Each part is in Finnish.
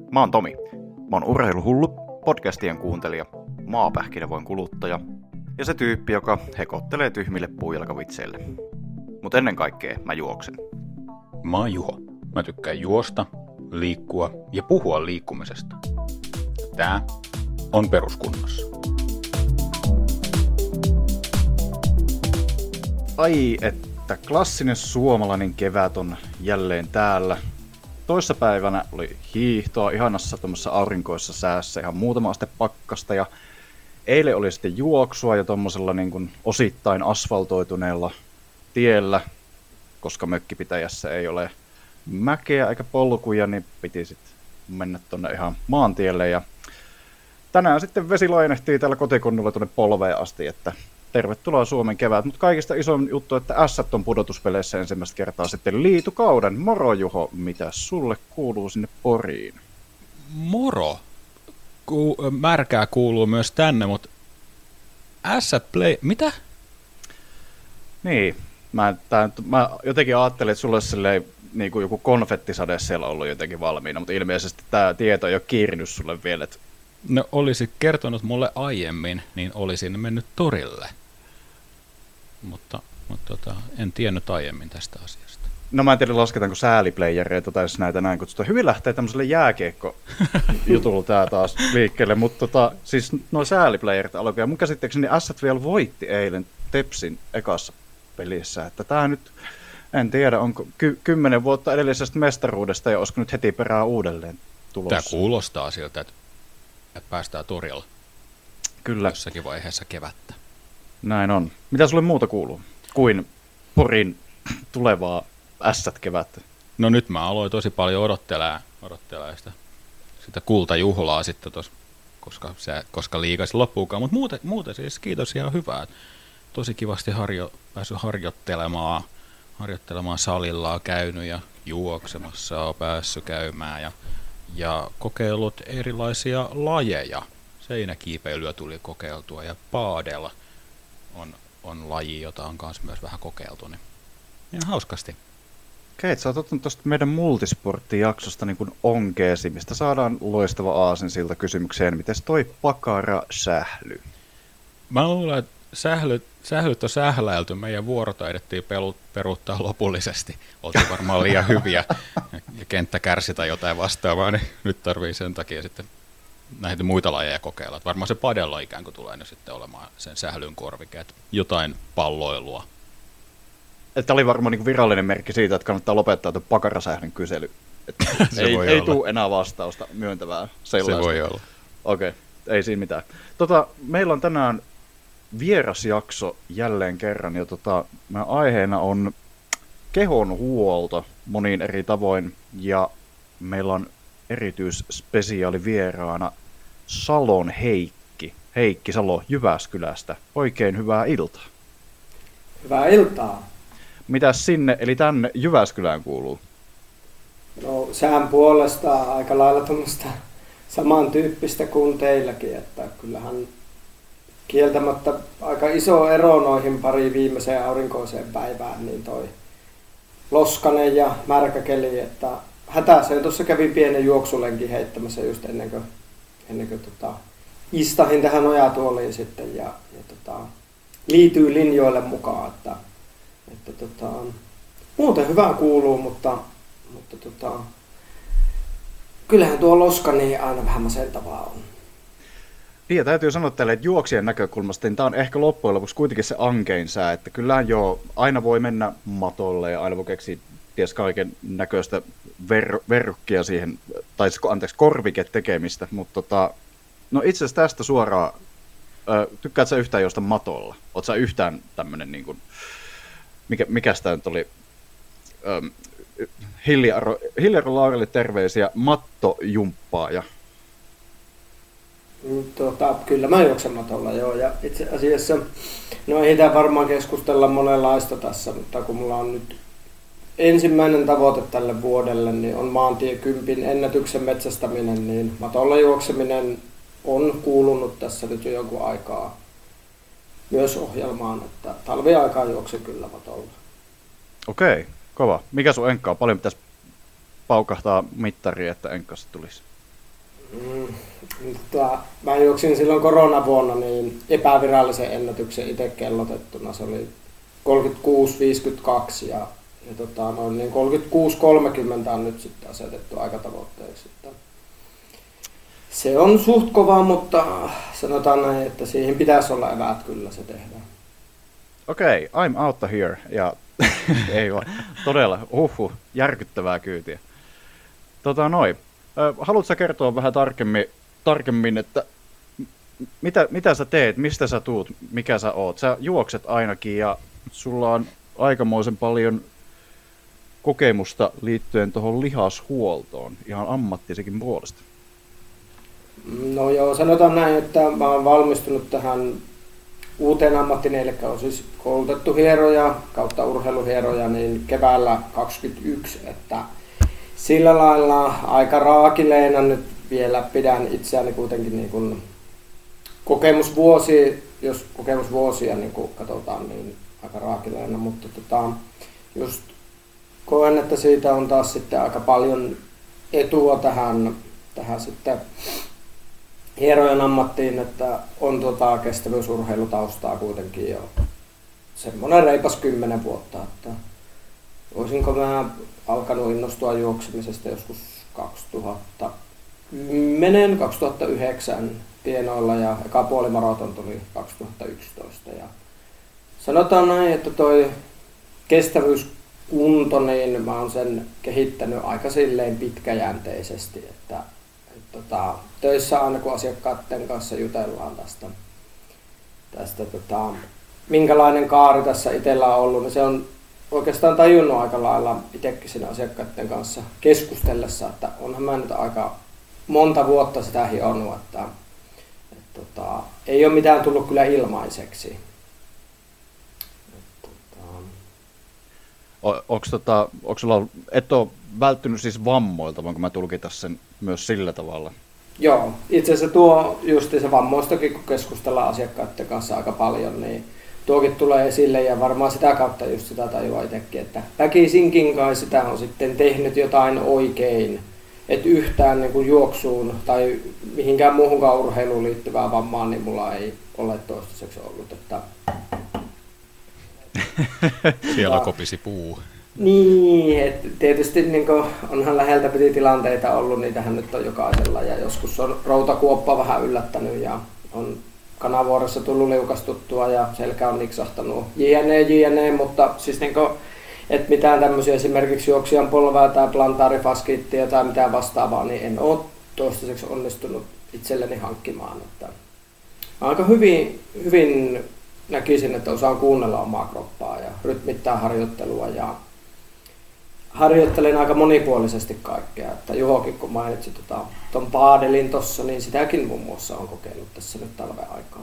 Mä oon Tomi. Mä oon urheiluhullu, podcastien kuuntelija, maapähkinävoin kuluttaja ja se tyyppi, joka hekottelee tyhmille puujalkavitseille. Mut ennen kaikkea mä juoksen. Mä oon Juho. Mä tykkään juosta, liikkua ja puhua liikkumisesta. Tää on peruskunnossa. Ai että klassinen suomalainen kevät on jälleen täällä. Toissapäivänä oli hiihtoa ihanassa tuommoisessa aurinkoissa säässä, ihan muutama aste pakkasta, ja eilen oli sitten juoksua ja tuommoisella niin kuin osittain asfaltoituneella tiellä, koska mökkipitäjässä ei ole mäkeä eikä polkuja, niin piti sitten mennä tuonne ihan maantielle, ja tänään sitten vesi lainehtii täällä kotikonnulla tuonne polveen asti, että tervetuloa Suomen kevät, mutta kaikista isoin juttu, että Ässät on pudotuspeleissä ensimmäistä kertaa sitten liitukauden. Moro Juho, mitä sulle kuuluu sinne Poriin? Moro! Märkää kuuluu myös tänne, mutta Ässät play... Mitä? Niin, mä jotenkin ajattelin, että sulla olisi silleen, niin kuin joku konfettisade siellä ollut jotenkin valmiina, mutta ilmeisesti tämä tieto ei ole kiirinyt sulle vielä. Että... No olisi kertonut mulle aiemmin, niin olisin mennyt torille. Mutta en tiennyt aiemmin tästä asiasta. No mä en tiedä, lasketaanko sääliplayereita tai näitä näin kutsutaan. Hyvin lähtee tämmöiselle jääkiekko-jutulla tää taas liikkeelle, mutta siis nuo sääliplayerit alkoi. Ja mun käsitteekseni Ässät vielä voitti eilen Tepsin ekassa pelissä. Että tää nyt, en tiedä, onko 10 vuotta edellisestä mestaruudesta ja olisiko nyt heti perään uudelleen tulossa. Tämä kuulostaa siltä, että päästään torilla. Kyllä. Jossakin vaiheessa kevättä. Näin on. Mitä sulle muuta kuuluu kuin Porin tulevaa Ässät-kevättä? No nyt mä aloin tosi paljon odottelee sitä kultajuhlaa sitten tos, koska liigasi loppuukaan, mutta muuten siis kiitos, ihan hyvää. Tosi kivasti päässyt harjoittelemaan salilla, käynyt ja juoksemassa on päässyt käymään ja kokeillut erilaisia lajeja. Seinäkiipeilyä tuli kokeiltua ja paadella on laji, jota on kanssa myös vähän kokeiltu. Niin ihan hauskasti. Okei, sä oot ottanut tuosta meidän multisporttijaksosta niin kuin onkeesi, mistä saadaan loistava aasinsilta kysymykseen. Mites toi pakarasähly? Mä luulen, että sählyt on sähläilty. Meidän vuoro taidettiin peruuttaa lopullisesti. Oltiin varmaan liian hyviä ja kenttä kärsi tai jotain vastaavaa, niin nyt tarvii sen takia sitten näitä muita lajeja kokeilla. Että varmaan se padella ikään kuin tulee nyt sitten olemaan sen sählyn korvike, että jotain palloilua. Tämä oli varmaan niin virallinen merkki siitä, että kannattaa lopettaa tuon pakarasählyn kysely. Ei tule enää vastausta myöntävää sellaista. Se voi olla. Okei, ei siinä mitään. Meillä on tänään vierasjakso jälleen kerran, ja meidän aiheena on kehonhuolto monin eri tavoin, ja meillä on erityisspesiaali vieraana Salon Heikki Salo Jyväskylästä. Oikein hyvää iltaa. Hyvää iltaa. Mitäs sinne, eli tänne Jyväskylään kuuluu? No sään puolesta aika lailla tuommoista samantyyppistä kuin teilläkin, että kyllähän kieltämättä aika iso ero noihin pari viimeiseen aurinkoiseen päivään, niin toi loskanen ja märkä keli, että hätäiseen tuossa kävi pienen juoksulenkin heittämässä just ennen kuin istahin tähän nojatuoliin sitten ja liityy linjoille mukaan, että muuten hyvää kuuluu, mutta kyllähän tuo loska niin aina vähän masentavaa on. Niin, ja täytyy sanoa tälle, että juoksijan näkökulmasta niin tämä on ehkä loppujen lopuksi kuitenkin se ankein sää, että kyllähän aina voi mennä matolle ja aina voi keksiä ties kaiken näköistä verrukkia siihen, tai korviketekemistä, mutta no itse asiassa tästä suoraan, tykkäät sä yhtään juosta matolla? Oot sä yhtään tämmönen niin kuin, mikä sitä nyt oli, Hiljaro Laurille terveisiä, mattojumppaaja. Kyllä mä juoksen matolla, joo, ja itse asiassa, no ei tää varmaan keskustella monenlaista tässä, mutta kun mulla on nyt ensimmäinen tavoite tälle vuodelle, niin on maantie 10 ennätyksen metsästäminen, niin matolla juokseminen on kuulunut tässä nyt jo jonkun aikaa myös ohjelmaan, että talviaikaan juoksen kyllä matolla. Okei, kova. Mikä sun enkka on? Paljon pitäisi paukahtaa mittariin, että enkkasta tulisi? Mä juoksin silloin koronavuonna niin epävirallisen ennätyksen itse kellotettuna. Se oli 36.52 ja noin niin 36.30 on nyt sitten asetettu aikatavoitteeksi. Se on suht kova, mutta sanotaan näin, että siihen pitäisi olla eväät, kyllä se tehdään. Okei, I'm out of here. Ja ei vaan, todella, järkyttävää kyytiä. Haluatko kertoa vähän tarkemmin, että mitä sä teet, mistä sä tuut, mikä sä oot? Sä juokset ainakin ja sulla on aikamoisen paljon kokemusta liittyen tuohon lihashuoltoon, ihan ammattisekin puolesta. No joo, sanotaan näin, että mä oon valmistunut tähän uuteen ammattiin, eli on siis koulutettu hieroja kautta urheiluhieroja niin keväällä 2021, että sillä lailla aika raakileena nyt vielä pidän itseäni kuitenkin niin kuin jos kokemusvuosia niin kuin katsotaan, niin aika raakileena, mutta just koen, että siitä on taas sitten aika paljon etua tähän sitten hierojen ammattiin, että on kestävyysurheilutaustaa kuitenkin jo semmoinen reipas 10 vuotta, että olisinko mä alkanut innostua juoksemisesta joskus 2009 tienoilla ja eka puolimaraton tuli 2011 ja sanotaan näin, että toi kestävyyskunto, niin mä oon sen kehittänyt aika silleen pitkäjänteisesti, että töissä aina kun asiakkaiden kanssa jutellaan tästä minkälainen kaari tässä itsellä on ollut, niin se on oikeastaan tajunnut aika lailla itsekin siinä asiakkaiden kanssa keskustellessa, että onhan mä nyt aika monta vuotta sitä hionnut, että ei ole mitään tullut kyllä ilmaiseksi. Onko sulla, et ole välttynyt siis vammoilta, voinko mä tulkita sen myös sillä tavalla? Joo, itse asiassa tuo justiinsa vammoistakin, kun keskustellaan asiakkaiden kanssa aika paljon, niin tuokin tulee esille ja varmaan sitä kautta just sitä tajua itsekin, että väkisinkin kai sitä on sitten tehnyt jotain oikein, että yhtään niin kuin juoksuun tai mihinkään muuhunkaan urheiluun liittyvää vammaa, niin mulla ei ole toistaiseksi ollut. Että siellä kopisi puu. Niin, että tietysti niin onhan läheltä piti tilanteita ollut, niitähän nyt on jokaisella ja joskus on routakuoppa vähän yllättänyt ja on kanavuorossa tullut liukastuttua ja selkä on niksahtanut jne, mutta siis niin kuin, että mitään tämmöisiä esimerkiksi juoksijan polvea tai plantaarifaskiittia tai mitään vastaavaa, niin en ole toistaiseksi onnistunut itselleni hankkimaan. Että aika hyvin näkisin, että osaan kuunnella omaa kroppaa ja rytmittää harjoittelua ja harjoittelen aika monipuolisesti kaikkea. Että Juhokin kun mainitsi ton paadelin tossa, niin sitäkin muun muassa on kokeillut tässä nyt talven aikaan.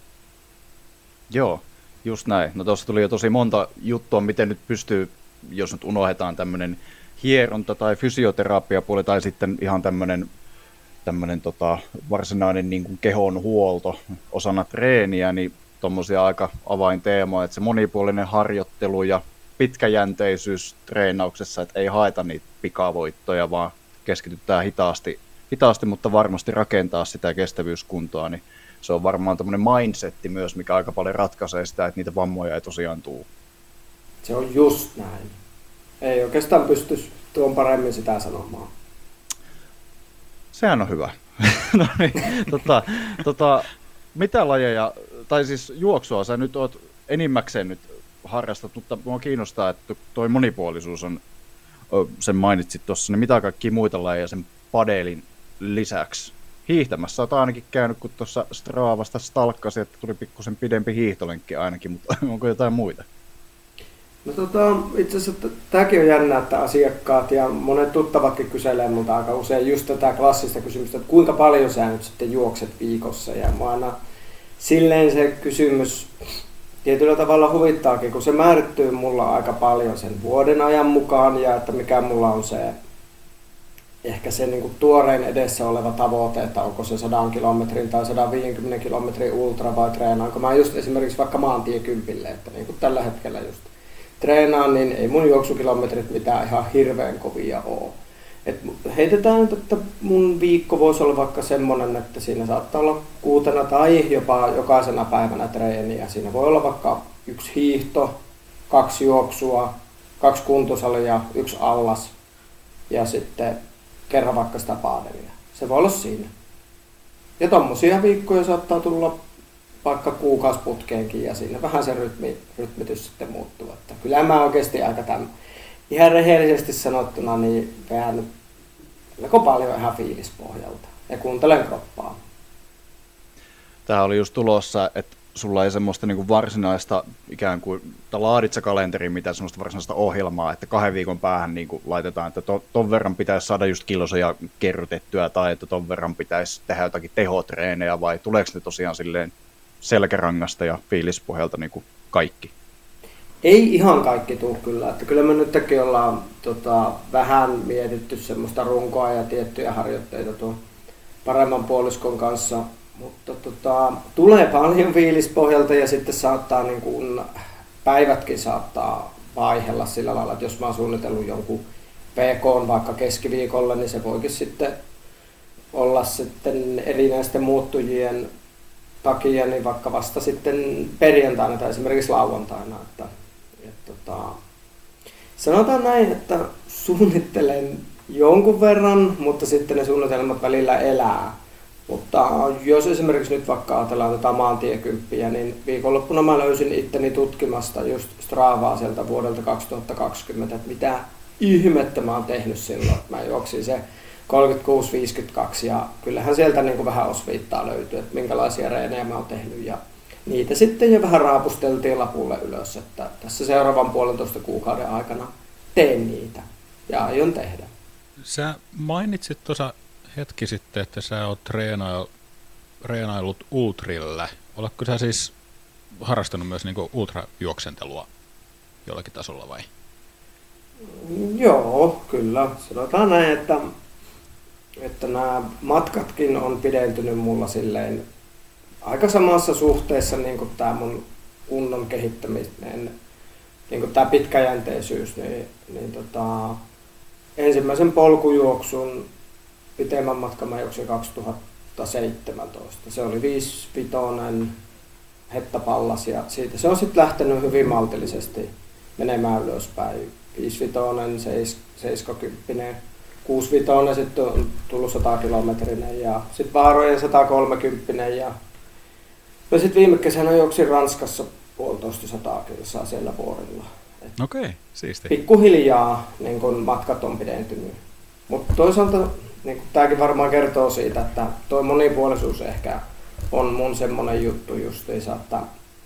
Joo, just näin. No tuossa tuli jo tosi monta juttua, miten nyt pystyy, jos nyt unohdetaan tämmöinen hieronta tai fysioterapiapuoli tai sitten ihan tämmöinen varsinainen niin kuin kehon huolto osana treeniä, niin tuommoisia aika avainteemoja, että se monipuolinen harjoittelu ja pitkäjänteisyys treenauksessa, että ei haeta niitä pikavoittoja, vaan keskitytään hitaasti, mutta varmasti rakentaa sitä kestävyyskuntoa, niin se on varmaan tämmöinen mindsetti myös, mikä aika paljon ratkaisee sitä, että niitä vammoja ei tosiaan tule. Se on just näin. Ei oikeastaan pysty tuon paremmin sitä sanomaan. Sehän on hyvä. No niin, mitä lajeja, tai siis juoksua sä nyt oot enimmäkseen nyt harrastat, mutta minua kiinnostaa, että toi monipuolisuus on, sen mainitsit tuossa, niin mitä kaikkia muita lajeja sen padelin lisäksi? Hiihtämässä olet ainakin käynyt, kun tuossa Stravasta stalkkasi, että tuli pikkusen pidempi hiihtolenkki ainakin, mutta onko jotain muita? No itse asiassa tämäkin on jännä, että asiakkaat ja monet tuttavatkin kyselee multa aika usein just tätä klassista kysymystä, että kuinka paljon sä nyt sitten juokset viikossa, ja mä aina silleen se kysymys tietyllä tavalla huvittaakin, kun se määrittyy mulla aika paljon sen vuoden ajan mukaan ja että mikä mulla on se ehkä se niin kuin tuorein edessä oleva tavoite, että onko se 100 kilometrin tai 150 kilometrin ultra vai treenaanko mä just esimerkiksi vaikka maantiekympille, että niin kuin tällä hetkellä just treenaan, niin ei mun juoksukilometrit mitään ihan hirveän kovia ole. Heitetään nyt, että mun viikko voisi olla vaikka semmoinen, että siinä saattaa olla 6 tai jopa jokaisena päivänä treeniä. Siinä voi olla vaikka 1 hiihto, 2 juoksua, 2 kuntosalia, 1 allas ja sitten kerran vaikka sitä paadelia. Se voi olla siinä. Ja tommosia viikkoja saattaa tulla vaikka kuukausiputkeenkin ja siinä vähän se rytmitys sitten muuttuu. Että kyllä mä oikeasti ihan rehellisesti sanottuna niin vähän melko paljon ihan fiilispohjalta ja kuuntelen kroppaa. Tää oli just tulossa, että sulla ei semmoista niinku varsinaista ikään kuin, laadit sä kalenteri, mitä semmoista varsinaista ohjelmaa, että 2 viikon päähän niinku laitetaan, että ton verran pitäisi saada just kilosoja kerrytettyä tai että ton verran pitäisi tehdä jotakin tehotreenejä vai tuleeko ne tosiaan silleen selkärangasta ja fiilispohjalta niinku kaikki? Ei ihan kaikki tuu kyllä, että kyllä me nytkin ollaan vähän mietitty semmoista runkoa ja tiettyjä harjoitteita tuon paremman puoliskon kanssa, mutta tulee paljon fiilispohjalta ja sitten saattaa niin kuin, päivätkin saattaa vaihella sillä lailla, että jos mä oon suunnitellut jonkun PK vaikka keskiviikolle, niin se voikin sitten olla sitten erinäisten muuttujien takia niin vaikka vasta sitten perjantaina tai esimerkiksi lauantaina. Sanotaan näin, että suunnittelen jonkun verran, mutta sitten ne suunnitelmat välillä elää. Mutta jos esimerkiksi nyt vaikka ajatellaan maantiekymppiä, niin viikonloppuna mä löysin itteni tutkimasta just Stravaa sieltä vuodelta 2020, että mitä ihmettä mä oon tehnyt silloin. Mä juoksin se 36-52 ja kyllähän sieltä niin kuin vähän osviittaa löytyy, että minkälaisia reenejä mä oon tehnyt ja niitä sitten jo vähän raapusteltiin lapulle ylös, että tässä seuraavan 1,5 kuukauden aikana teen niitä ja aion tehdä. Sä mainitsit tuossa hetki sitten, että sä oot treenaillut ultrilla. Oletko sä siis harrastanut myös niinku ultrajuoksentelua jollakin tasolla vai? Joo, kyllä. Sanotaan näin, että nämä matkatkin on pidentynyt mulla silleen aika samassa suhteessa niin kuin tämä mun kunnon kehittäminen, niin kuin tämä pitkäjänteisyys, ensimmäisen polkujuoksun pitemmän matkan mä juoksin 2017. Se oli 5-vitonen hettapallas ja siitä se on sitten lähtenyt hyvin maltillisesti menemään ylöspäin. 5-vitonen, 70, 6-vitonen sitten on tullut 100-kilometrinen ja sitten vaarojen 130 ja no sitten viime kesänä juoksin Ranskassa 150 kilsaa siellä vuorilla. Okei, siisti. Pikkuhiljaa niin kun matkat on pidentynyt. Mutta toisaalta niin tämäkin varmaan kertoo siitä, että tuo monipuolisuus ehkä on mun semmoinen juttu justiinsa, että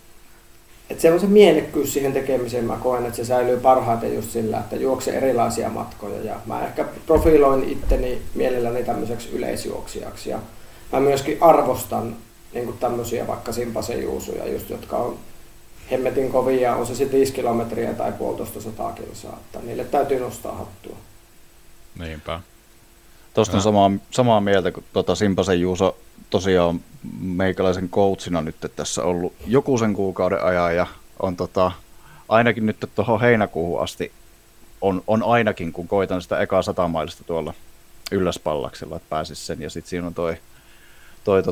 se on se mielekkyys siihen tekemiseen. Mä koen, että se säilyy parhaiten just sillä, että juokse erilaisia matkoja ja mä ehkä profiloin itteni mielelläni tämmöiseksi yleisjuoksijaksi ja mä myöskin arvostan niin tämmöisiä vaikka simpasejuusuja, just, jotka on hemmetin kovia, on se sitten 5 kilometriä tai 150 kilsaa, että niille täytyy nostaa hattua. Niinpä. Tuosta on samaa mieltä, kun Simpasen Juuso tosiaan on meikäläisen coachina nyt tässä ollut joku sen kuukauden ajan ja on ainakin nyt tuohon heinäkuuhun asti on ainakin, kun koitan sitä ekaa 100 mailista tuolla Ylläspallaksella, että pääsis sen ja sitten siinä on toi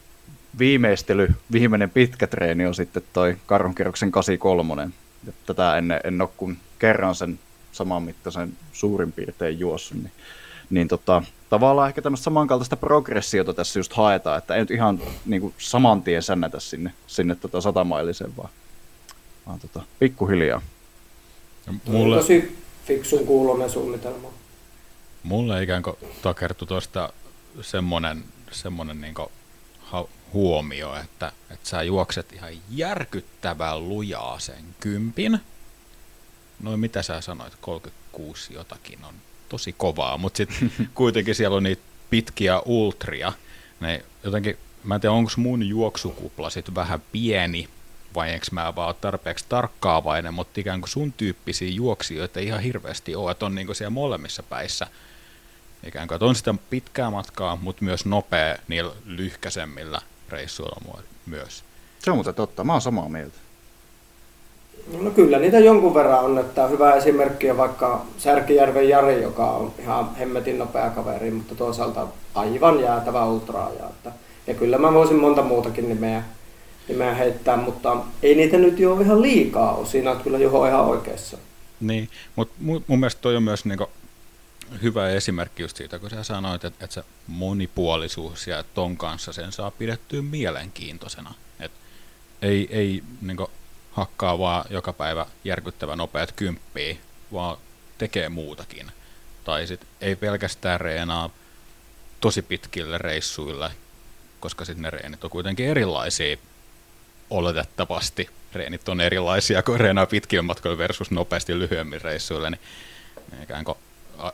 viimeinen pitkä treeni on sitten toi Karhunkierroksen 83. Ja tätä en ole kun kerran sen saman mittaisen suurin piirtein juossut, niin tavallaan ehkä tämmöistä samankaltaista progressiota tässä just haetaan, että ei nyt ihan niin kuin saman tien sännätä sinne 100-mailisen, vaan pikkuhiljaa. Mulle tosi fiksun kuuloinen suunnitelma. Mulle ikään kuin takertui tuosta semmoinen niin kuin huomio, että sä juokset ihan järkyttävän lujaa sen 10. Noin mitä sä sanoit, 36 jotakin on tosi kovaa, mutta sitten kuitenkin siellä on niitä pitkiä ultria. Ne jotenkin, mä en tiedä, onko mun juoksukupla sitten vähän pieni, vai enkö mä vaan tarpeeksi tarkkaavainen, mutta ikään kuin sun tyyppisiä juoksijoita ei ihan hirveästi ole, että on niin kuin siellä molemmissa päissä. Ikään kuin, että on sitä pitkää matkaa, mutta myös nopea niillä lyhkäisemmillä reissuilla myös. Se on muuten totta, mä oon samaa mieltä. No kyllä niitä jonkun verran on, että hyvä esimerkki on vaikka Särkijärven Jari, joka on ihan hemmetin nopea kaveri, mutta toisaalta aivan jäätävä ultraaja. Ja kyllä mä voisin monta muutakin nimeä heittää, mutta ei niitä nyt jo ihan liikaa ole. Siinä on kyllä Juho ihan oikeassa. Niin, mutta mun mielestä toi on myös niinku hyvä esimerkki just siitä, kun sä sanoit, että se monipuolisuus ja ton kanssa sen saa pidettyä mielenkiintoisena. Et ei niinku hakkaa vaan joka päivä järkyttävän nopeat kymppiä, vaan tekee muutakin. Tai sit ei pelkästään reenaa tosi pitkille reissuille, koska sitten ne reenit on kuitenkin erilaisia oletettavasti. Reenit on erilaisia, kun reenaa pitkillä matkoilla versus nopeasti lyhyemmin reissuille, niin ikään kuin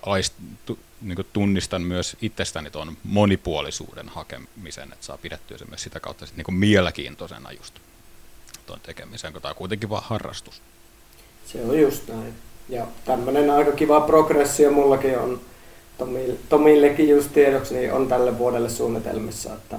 niin tunnistan myös itsestäni tuon monipuolisuuden hakemisen, että saa pidettyä se myös sitä kautta sit niin mielenkiintoisena just tuon tekemiseen, kun tämä on kuitenkin vaan harrastus. Se on just näin. Ja tämmöinen aika kiva progressio mullakin on, Tomillekin just tiedoksi, niin on tälle vuodelle suunnitelmissa, että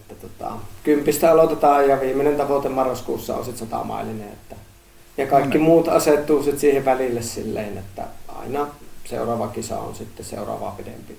10 aloitetaan ja viimeinen tavoite marraskuussa on sitten 100-mailinen. Ja kaikki muut asettuu sitten siihen välille silleen, että aina seuraava kisa on sitten seuraavaa pidempi.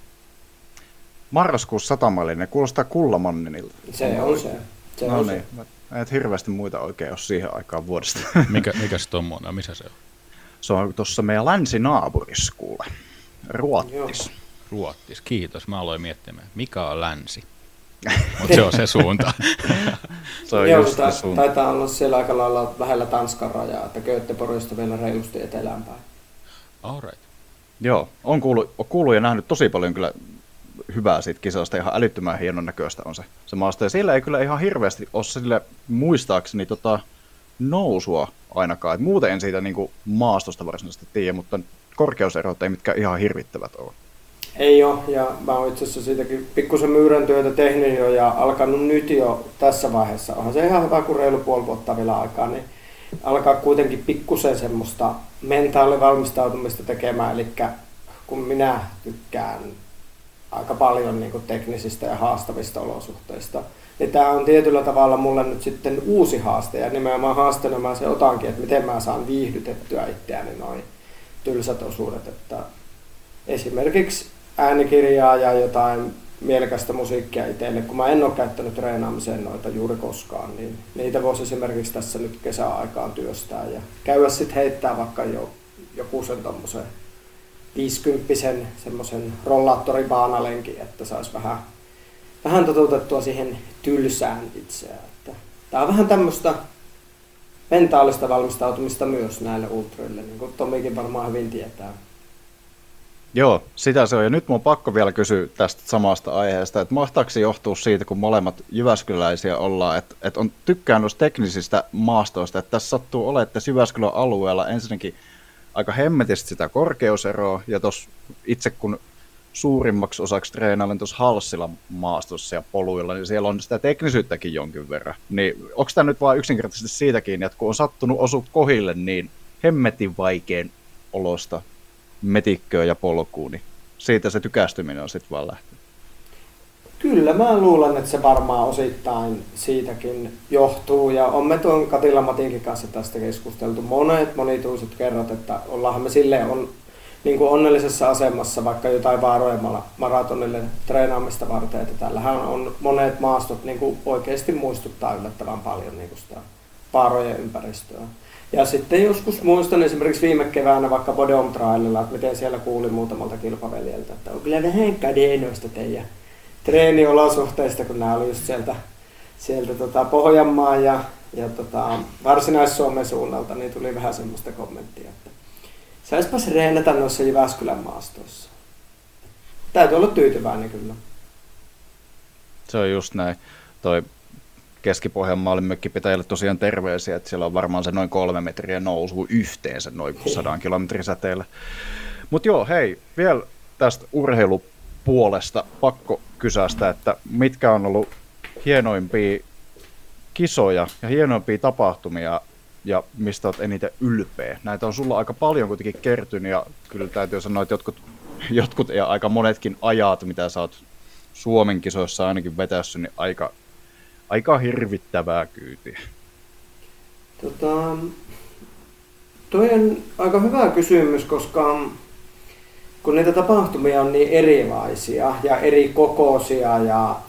Marraskuussa 100-mailinen, kuulostaa Kullamanninilta. Se on se. No niin, et hirveästi muita oikein ole siihen aikaan vuodesta. Mikä se tommoinen, missä se on? Se on tuossa meidän länsinaapurissa kuule, Ruottis. Ruottis, kiitos. Mä aloin miettimään, mikä on länsi. Mutta se on se suunta. Se on just se suunta. Taitaa olla siellä aika lailla lähellä Tanskan rajaa, että Göteborgista vielä reilusti eteläänpäin. All right. Joo, on kuullut ja nähnyt tosi paljon kyllä hyvää siitä kisasta. Ihan älyttömän hienon näköistä on se maasto. Ja siellä ei kyllä ihan hirveästi ole sille muistaakseni nousua ainakaan. Et muuten en siitä niinku maastosta varsinaisesti tiedä, mutta korkeuserot ei mitkään ihan hirvittävät ole. Ei ole, ja mä oon itse asiassa siitäkin pikkusen myyrän työtä tehnyt jo ja alkanut nyt jo tässä vaiheessa. Onhan se ihan hyvä, kun reilu puoli vuotta vielä aikaa, niin alkaa kuitenkin pikkusen semmoista mentaalivalmistautumista tekemään. Eli kun minä tykkään aika paljon niin kuin teknisistä ja haastavista olosuhteista, niin tämä on tietyllä tavalla mulle nyt sitten uusi haaste, ja nimenomaan haasteena mä se otankin, että miten mä saan viihdytettyä itseäni noin tylsät osuudet, että esimerkiksi äänikirjaa ja jotain mielekästä musiikkia itselle, kun mä en ole käyttänyt treenaamiseen noita juuri koskaan, niin niitä voisi esimerkiksi tässä nyt kesäaikaan työstää ja käydä sitten heittää vaikka joku sen tommosen 50-sen semmoisen rollaattoribaanalenkin, että saisi vähän toteutettua siihen tylsään itseään. Tämä on vähän tämmöistä mentaalista valmistautumista myös näille ultroille, niin kuin Tomikin varmaan hyvin tietää. Joo, sitä se on. Ja nyt mun on pakko vielä kysyä tästä samasta aiheesta, että mahtaako se johtua siitä, kun molemmat jyväskyläisiä ollaan, että on tykkään noista teknisistä maastoista, että tässä sattuu olemaan, että Jyväskylän alueella ensinnäkin aika hemmetisti sitä korkeuseroa, ja tuossa itse kun suurimmaksi osaksi treenailen tuossa Halssilan maastossa ja poluilla, niin siellä on sitä teknisyyttäkin jonkin verran. Niin onko tämä nyt vaan yksinkertaisesti siitäkin, että kun on sattunut osua kohille niin hemmetin vaikean olosta metikköön ja polkuun, niin siitä se tykästyminen on sitten vaan lähtenyt. Kyllä mä luulen, että se varmaan osittain siitäkin johtuu, ja on me tuon Katila Matinkin kanssa tästä keskusteltu monituiset kerrat, että ollaanhan me silleen niin kuin onnellisessa asemassa vaikka jotain vaarojen maratonille treenaamista varten, että täällähän on monet maastot niin kuin oikeasti muistuttaa yllättävän paljon niin kuin sitä vaarojen ympäristöä. Ja sitten joskus muistan esimerkiksi viime keväänä vaikka Bodom Traililla, että miten siellä kuuli muutamalta kilpaveljeltä, että on kyllä vähän kadenoista teidän treeniolosuhteista, kun nämä oli just sieltä Pohjanmaan ja Varsinais-Suomen suunnalta, niin tuli vähän semmoista kommenttia, että saispas reenata noissa Jyväskylän maastoissa. Täytyy olla tyytyväinen kyllä. Se on just näin. Toi Keski-Pohjanmaalle mökkipitäjille tosiaan terveisiä, että siellä on varmaan se noin 3 metriä nousu yhteensä noin 100 kilometrin säteellä. Mutta joo, hei, vielä tästä urheilupuolesta pakko kysästä, että mitkä on ollut hienoimpia kisoja ja hienoimpia tapahtumia ja mistä olet eniten ylpeä. Näitä on sulla aika paljon kuitenkin kertynyt ja kyllä täytyy sanoa, että jotkut ja aika monetkin ajat, mitä sä oot Suomen kisoissa ainakin vetässyt, niin aika hirvittävää kyytiä. Toi on aika hyvä kysymys, koska kun niitä tapahtumia on niin erilaisia ja eri kokoisia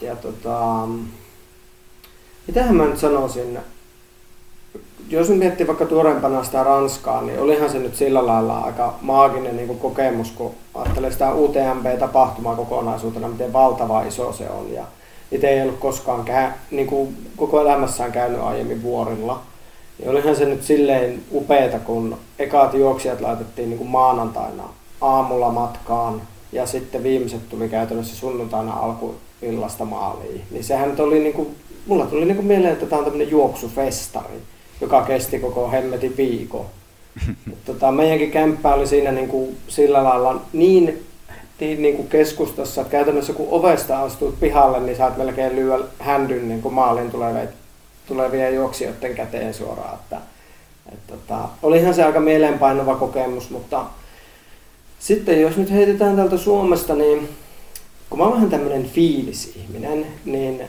mitähän mä nyt sanoisin, jos nyt miettii vaikka tuorempana sitä Ranskaa, niin olihan se nyt sillä lailla aika maaginen niin kuin kokemus, kun ajattelee sitä UTMB-tapahtumaa kokonaisuutena, miten valtava iso se on. Ja itse ei ollut koskaan niin kuin koko elämässään käynyt aiemmin vuorilla. Niin olihan se nyt silleen upeeta, kun ekat juoksijat laitettiin niin kuin maanantaina aamulla matkaan ja sitten viimeiset tuli käytännössä sunnuntaina alkuillasta maaliin. Niin sehän nyt oli, niin kuin, mulla tuli niin kuin mieleen, että tämä on tämmöinen juoksufestari, joka kesti koko hemmetin viikon. Meidänkin kämppä oli siinä niin kuin sillä lailla niin kuin keskustassa, että käytännössä kun ovesta astuit pihalle, niin saat melkein lyödä händyn niin kuin maalin tulevien juoksijoiden käteen suoraan. Olihan se aika mieleenpainava kokemus, mutta sitten jos nyt heitetään täältä Suomesta, niin kun mä oon vähän tämmönen fiilisihminen, niin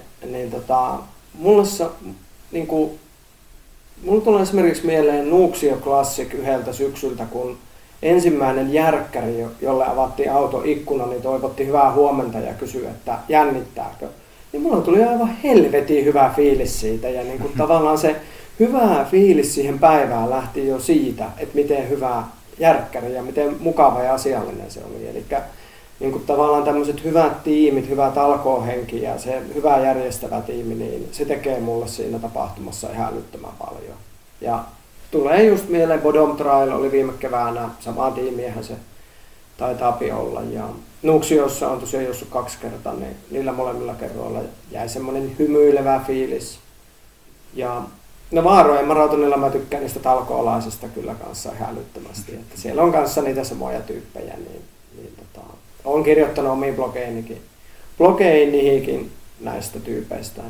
mulla tulee esimerkiksi mieleen Nuuksio Classic yhdeltä syksyltä, kun ensimmäinen järkkäri, jolle avattiin auto ikkuna, niin toivotti hyvää huomenta ja kysyi, että jännittääkö. Niin mulla tuli aivan helvetin hyvä fiilis siitä ja niin kuin tavallaan se hyvä fiilis siihen päivään lähti jo siitä, että miten hyvä järkkäri ja miten mukava ja asiallinen se oli. Eli niin kuin tavallaan tämmöiset hyvät tiimit, hyvä talkoohenki ja se hyvä järjestävä tiimi, niin se tekee mulle siinä tapahtumassa ihan älyttömän paljon. Ja tulee just mieleen, Bodom Trail oli viime keväänä, samaa tiimiähän se taitaa olla. Ja Nuuksiossa on tosiaan juossut 2 kertaa, niin niillä molemmilla kerroilla jäi semmoinen hymyilevä fiilis. Ja no Vaarojen maratonilla mä tykkään niistä talkoolaisista kyllä kanssa ihan älyttömästi. Että siellä on kanssa niitä samoja tyyppejä, niin olen kirjoittanut omiin blogeinihinkin näistä tyypeistä.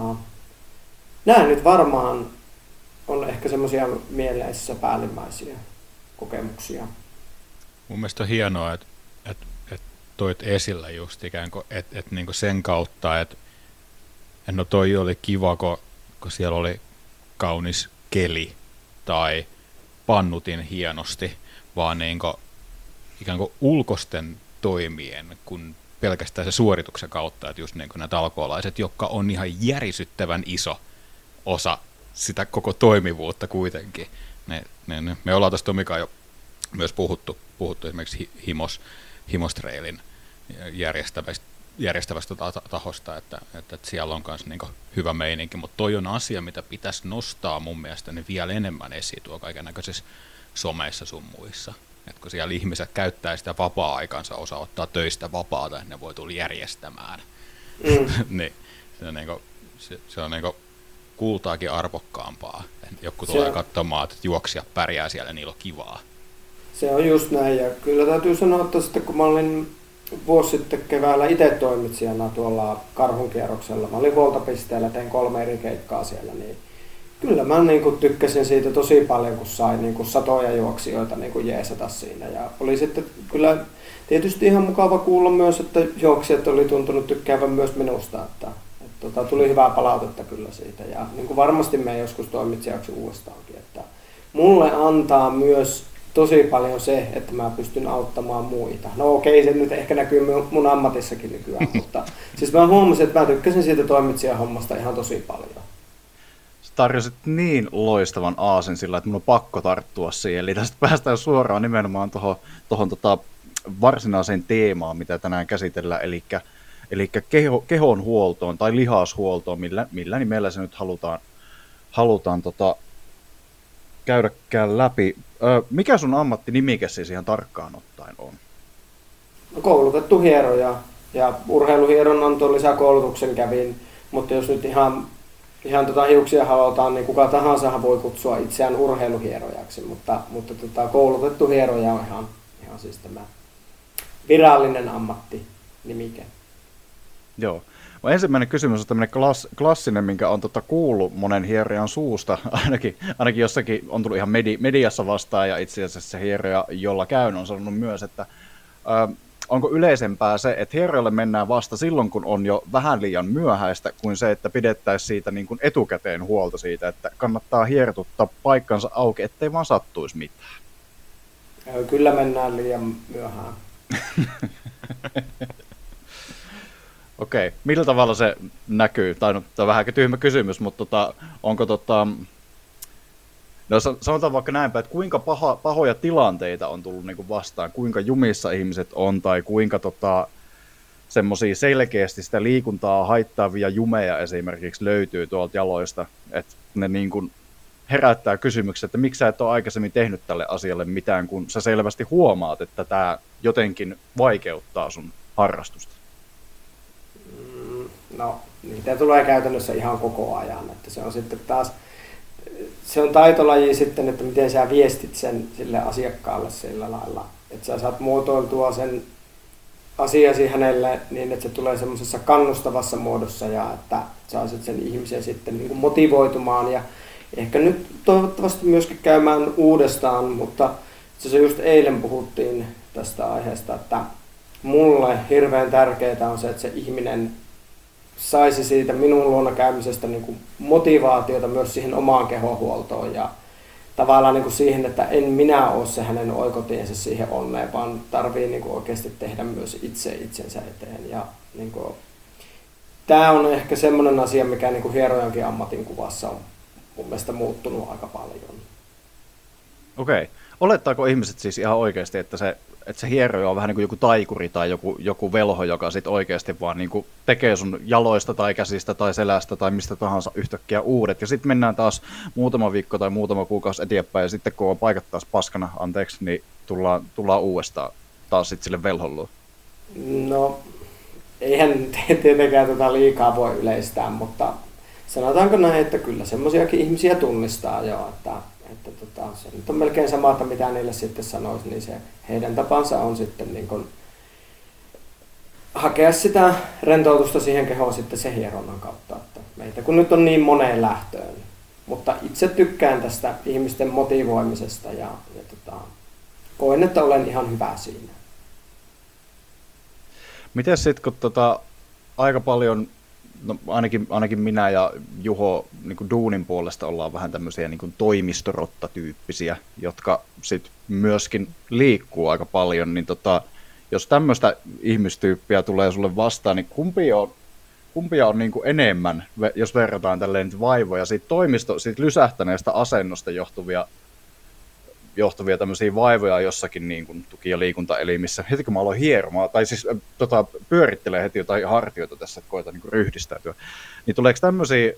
Nämä nyt varmaan on ehkä semmoisia mieleissä päällimmäisiä kokemuksia. Mun mielestä on hienoa, että toit esillä just ikään kuin, että niinku sen kautta, että no toi oli kiva, kun siellä oli kaunis keli tai pannutin hienosti, vaan niinku ikään kuin ulkoisten toimien, kun pelkästään se suorituksen kautta, että just niin kuin nämä talkoolaiset, jotka on ihan järisyttävän iso osa sitä koko toimivuutta kuitenkin. Me ollaan tästä Tomikaan jo myös puhuttu esimerkiksi Himostreilin järjestävästä tahosta, että siellä on myös niin hyvä meininki, mutta toi on asia, mitä pitäisi nostaa mun mielestä vielä enemmän esiin tuo kaikennäköisissä someissa sun muissa. Että kun siellä ihmiset käyttää sitä vapaa-aikansa, osaa ottaa töistä vapaata, niin ne voi tulla järjestämään. Niin, se on niinku kultaakin arvokkaampaa. Joku tulee katsomaan, että juoksija pärjää siellä ja niillä on kivaa. Se on just näin. Ja kyllä täytyy sanoa, että sitten kun mä olin vuosi sitten keväällä itse toimitsijana tuolla Karhunkierroksella, mä olin huoltopisteellä, tein 3 eri keikkaa siellä, niin kyllä mä tykkäsin siitä tosi paljon, kun sai satoja juoksijoita jeesata siinä. Ja oli sitten kyllä tietysti ihan mukava kuulla myös, että juoksijat oli tuntunut tykkäävän myös minusta. Että tuli hyvää palautetta kyllä siitä. Ja varmasti me joskus toimitsijaksi uudestaankin. Että mulle antaa myös tosi paljon se, että mä pystyn auttamaan muita. No okei, se nyt ehkä näkyy mun ammatissakin nykyään, mutta siis mä huomasin, että mä tykkäsin siitä toimitsijahommasta ihan tosi paljon. Tarjosit niin loistavan aasin sillä, että mun on pakko tarttua siihen. Eli tästä päästään suoraan nimenomaan tuohon varsinaiseen teemaan, mitä tänään käsitellään, eli kehon huoltoon tai lihashuoltoon, millä nimellä se nyt halutaan käydäkään läpi. Mikä sun ammattinimike siis ihan tarkkaan ottaen on? No, koulutettu hieroja ja urheiluhieronnan tuon lisäkoulutuksen kävin, mutta jos nyt ihan hiuksia halutaan, niin kuka tahansa voi kutsua itseään urheiluhierojaksi, mutta koulutettu hieroja on ihan siis tämä virallinen ammattinimike. Joo. Ensimmäinen kysymys on tämmöinen klassinen, minkä on kuullut monen hierojan suusta, ainakin jossakin on tullut ihan mediassa vastaan, ja itse asiassa se hieroja, jolla käyn, on sanonut myös, että onko yleisempää se, että hieroille mennään vasta silloin, kun on jo vähän liian myöhäistä, kuin se, että pidettäisiin siitä niin kuin etukäteen huolta siitä, että kannattaa hierotuttaa paikkansa auki, ettei vaan sattuisi mitään? Kyllä mennään liian myöhään. Okei, millä tavalla se näkyy? Tai no, tämä on vähän tyhmä kysymys, mutta onko no sanotaan vaikka näinpä, että kuinka pahoja tilanteita on tullut niin kuin vastaan, kuinka jumissa ihmiset on, tai kuinka semmoisia selkeästi sitä liikuntaa haittaavia jumeja esimerkiksi löytyy tuolta jaloista, että ne niin kuin herättää kysymyksen, että miksi sä et ole aikaisemmin tehnyt tälle asialle mitään, kun sä selvästi huomaat, että tämä jotenkin vaikeuttaa sun harrastusta. No, niitä tulee käytännössä ihan koko ajan, että se on sitten taas, se on taitolaji sitten, että miten sä viestit sen sille asiakkaalle sillä lailla, että sä saat muotoiltua sen asiasi hänelle niin, että se tulee semmoisessa kannustavassa muodossa ja että saisit sen ihmisen sitten niin kuin motivoitumaan ja ehkä nyt toivottavasti myöskin käymään uudestaan, mutta se just eilen puhuttiin tästä aiheesta, että mulle hirveän tärkeää on se, että se ihminen saisi siitä minun luona käymisestä niin kuin motivaatiota myös siihen omaan kehohuoltoon ja tavallaan niin kuin siihen, että en minä ole se hänen oikotiensä siihen onneen, vaan tarvii niin kuin oikeasti tehdä myös itse itsensä eteen. Ja, niin kuin, tämä on ehkä semmoinen asia, mikä niin kuin hierojankin ammatinkuvassa on mun mielestä muuttunut aika paljon. Okei. Olettaako ihmiset siis ihan oikeasti, että se hieroja on vähän niin kuin joku taikuri tai joku velho, joka sitten oikeasti vaan niin kuin tekee sun jaloista tai käsistä tai selästä tai mistä tahansa yhtäkkiä uudet. Ja sitten mennään taas muutama viikko tai muutama kuukausi eteenpäin ja sitten kun on paikat taas paskana, anteeksi, niin tullaan uudestaan taas sitten sille velholluun. No, eihän tietenkään liikaa voi yleistää, mutta sanotaanko näin, että kyllä semmoisiakin ihmisiä tunnistaa jo, että se nyt on melkein samaa, mitä niille sitten sanoisi, niin se heidän tapansa on sitten niin kuin hakea sitä rentoutusta siihen kehoon sitten se hieronnan kautta. Että meitä kun nyt on niin moneen lähtöön, mutta itse tykkään tästä ihmisten motivoimisesta ja koen, että olen ihan hyvä siinä. Miten sitten, kun aika paljon, no ainakin minä ja Juho niin kuin duunin puolesta ollaan vähän tämmöisiä niin kuin toimistorotta-tyyppisiä, jotka sitten myöskin liikkuu aika paljon, niin jos tämmöistä ihmistyyppiä tulee sulle vastaan, niin kumpia on niin kuin enemmän, jos verrataan tälleen vaivoja, siitä lysähtäneestä asennosta johtuvia tämmöisiä vaivoja jossakin niin kuin tuki- ja liikuntaelimissä. Heti kun mä aloin hieromaan, tai siis pyörittelee heti jotain hartioita tässä, että koetaan niin kuin ryhdistäytyä, niin tuleeko tämmöisiä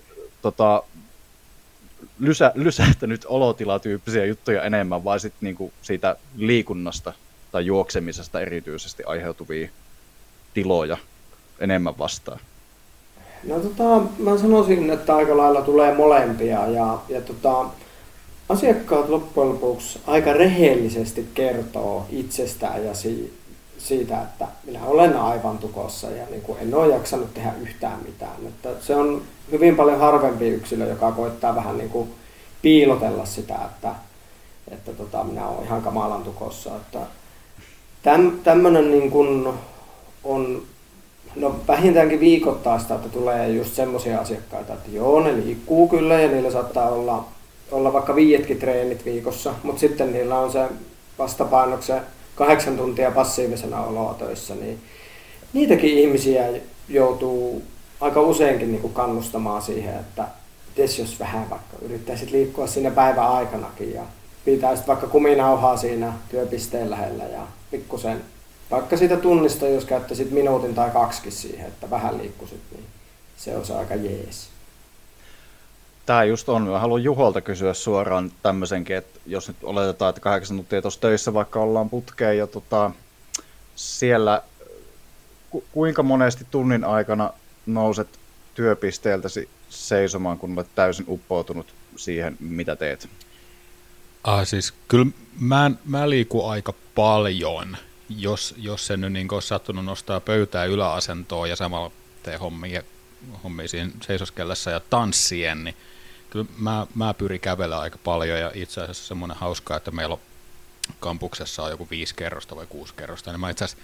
lysähtänyt olotilatyyppisiä juttuja enemmän, vai sitten niin kuin siitä liikunnasta tai juoksemisesta erityisesti aiheutuvia tiloja enemmän vastaan? No mä sanoisin, että aika lailla tulee molempia ja asiakkaat loppujen lopuksi aika rehellisesti kertoo itsestään ja siitä, että minä olen aivan tukossa ja niin kuin en ole jaksanut tehdä yhtään mitään. Että se on hyvin paljon harvempi yksilö, joka koittaa vähän niin kuin piilotella sitä, että minä olen ihan kamalan tukossa. Että tämmöinen niin kuin on vähintäänkin viikoittaista, että tulee just semmoisia asiakkaita, että joo, ne liikkuu kyllä ja niillä saattaa olla vaikka 5 treenit viikossa, mutta sitten niillä on se vastapainoksen 8 tuntia passiivisena oloa töissä, niin niitäkin ihmisiä joutuu aika useinkin niin kuin kannustamaan siihen, että jos vähän vaikka yrittäisit liikkua siinä päivän aikanakin ja pitäisit vaikka kuminauhaa siinä työpisteen lähellä ja pikkusen vaikka siitä tunnista, jos käyttäisit minuutin tai 2 siihen, että vähän liikkuisit, niin se on aika jees. Tämä just on. Mä haluan Juholta kysyä suoraan tämmöisenkin, että jos nyt oletetaan, että 8 tuntia tuossa töissä vaikka ollaan putkeen ja siellä kuinka monesti tunnin aikana nouset työpisteeltäsi seisomaan, kun olet täysin uppoutunut siihen, mitä teet? Siis kyllä mä liikun aika paljon, jos se nyt niin olisi sattunut nostaa pöytää yläasentoon ja samalla tee hommia siinä seisoskellessa ja tanssien, niin kyllä mä pyrin kävelemään aika paljon ja itse asiassa semmoinen hauskaa, että meillä on kampuksessa on joku 5 kerrosta vai 6 kerrosta, niin mä itse asiassa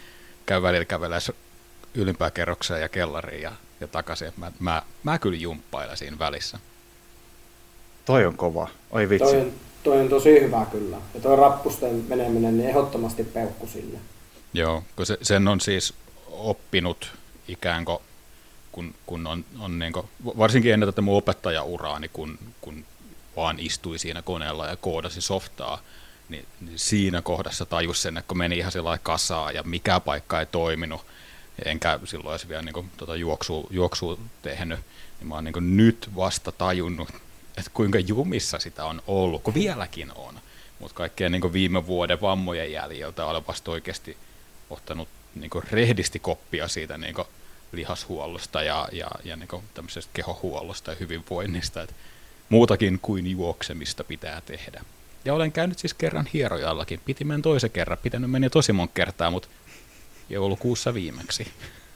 käyn välillä kävelemässä ylimpään kerrokseen ja kellariin ja takaisin. Mä kyllä jumppailen siinä välissä. Toi on kova. Oi vitsi. Toi on tosi hyvä kyllä. Ja toi rappusten meneminen, niin ehdottomasti peukku sille. Joo, kun sen on siis oppinut ikään kuin, kun on niin kuin, varsinkin ennen tätä mun opettajauraani, kun vaan istui siinä koneella ja koodasi softaa, niin siinä kohdassa tajus sen, että kun meni ihan sellainen kasaan ja mikä paikka ei toiminut, enkä silloin edes vielä niin juoksua tehnyt, niin mä oon niin nyt vasta tajunnut, että kuinka jumissa sitä on ollut, kun vieläkin on. Mutta kaikkien niin viime vuoden vammojen jäljiltä olen vasta oikeasti ottanut niin rehdisti koppia siitä niin lihashuollosta ja niin tämmöisestä kehohuollosta ja hyvinvoinnista, että muutakin kuin juoksemista pitää tehdä. Ja olen käynyt siis kerran hierojallakin. Piti mennä toisen kerran. Pitänyt mennä tosi monta kertaa, mutta joulukuussa viimeksi.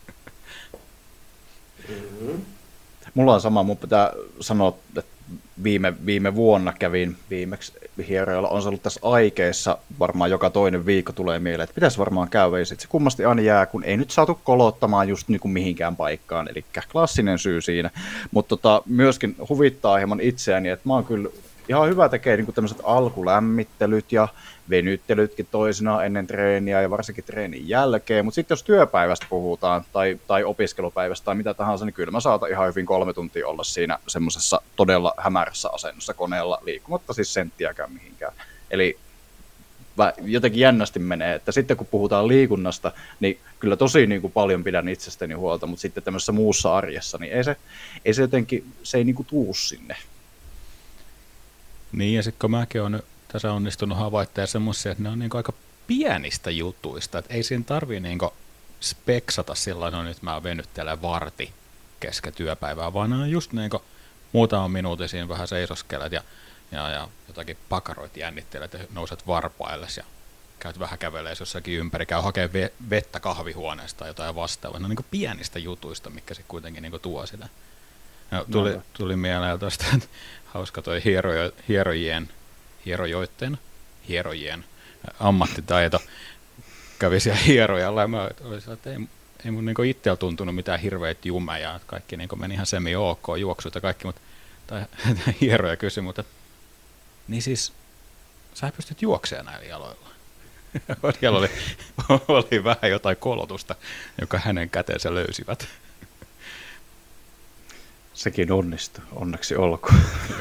Mm-hmm. Mulla on sama. Mun pitää sanoa, että viime vuonna kävin viimeksi hierojalla. On se ollut tässä aikeissa. Varmaan joka toinen viikko tulee mieleen, että pitäisi varmaan käydä. Ja sit se kummasti aina jää, kun ei nyt saatu kolottamaan just niin kuin mihinkään paikkaan. Eli klassinen syy siinä. Mutta myöskin huvittaa hieman itseäni, että mä oon kyllä ihan hyvä tekee niin tämmöiset alkulämmittelyt ja venyttelytkin toisinaan ennen treeniä ja varsinkin treenin jälkeen, mutta sitten jos työpäivästä puhutaan tai opiskelupäivästä tai mitä tahansa, niin kyllä mä saatan ihan hyvin 3 tuntia olla siinä semmoisessa todella hämärässä asennossa koneella liikkumatta siis senttiäkään mihinkään. Eli jotenkin jännästi menee, että sitten kun puhutaan liikunnasta, niin kyllä tosi niin kuin paljon pidän itsestäni huolta, mutta sitten tämmöisessä muussa arjessa, niin ei se jotenkin, se ei niin kuin tuu sinne. Niin, ja sitten kun mäkin olen tässä onnistunut havaittaa semmoisia, että ne on niinku aika pienistä jutuista, että ei siinä tarvitse niinku speksata sillä no nyt mä venyttelen varti kesken työpäivää, vaan ne on just niinku muutaman minuutin siinä vähän seisoskelet ja jotakin pakaroit jännittelet ja nouset varpailles ja käyt vähän kävelees jossakin ympäri, käy hakemaan vettä kahvihuoneesta tai jotain vastaavaa. Ne on niinku pienistä jutuista, mikä se kuitenkin niinku tuo sitä. No, tuli mieleen tuosta, että hauska toi hierojien ammattitaito. Kävi siellä hierojalla ja mä olisin, että ei mun niinku itsellä tuntunut mitään hirveitä jumeja, että kaikki niinku meni ihan semi-ok, juoksut ja kaikki, mutta tämä hieroja kysyi, mutta niin siis sä pystyt juoksemaan näillä jaloilla. Siellä oli vähän jotain kolotusta, joka hänen käteensä löysivät. Sekin onnistui, onneksi olkoon.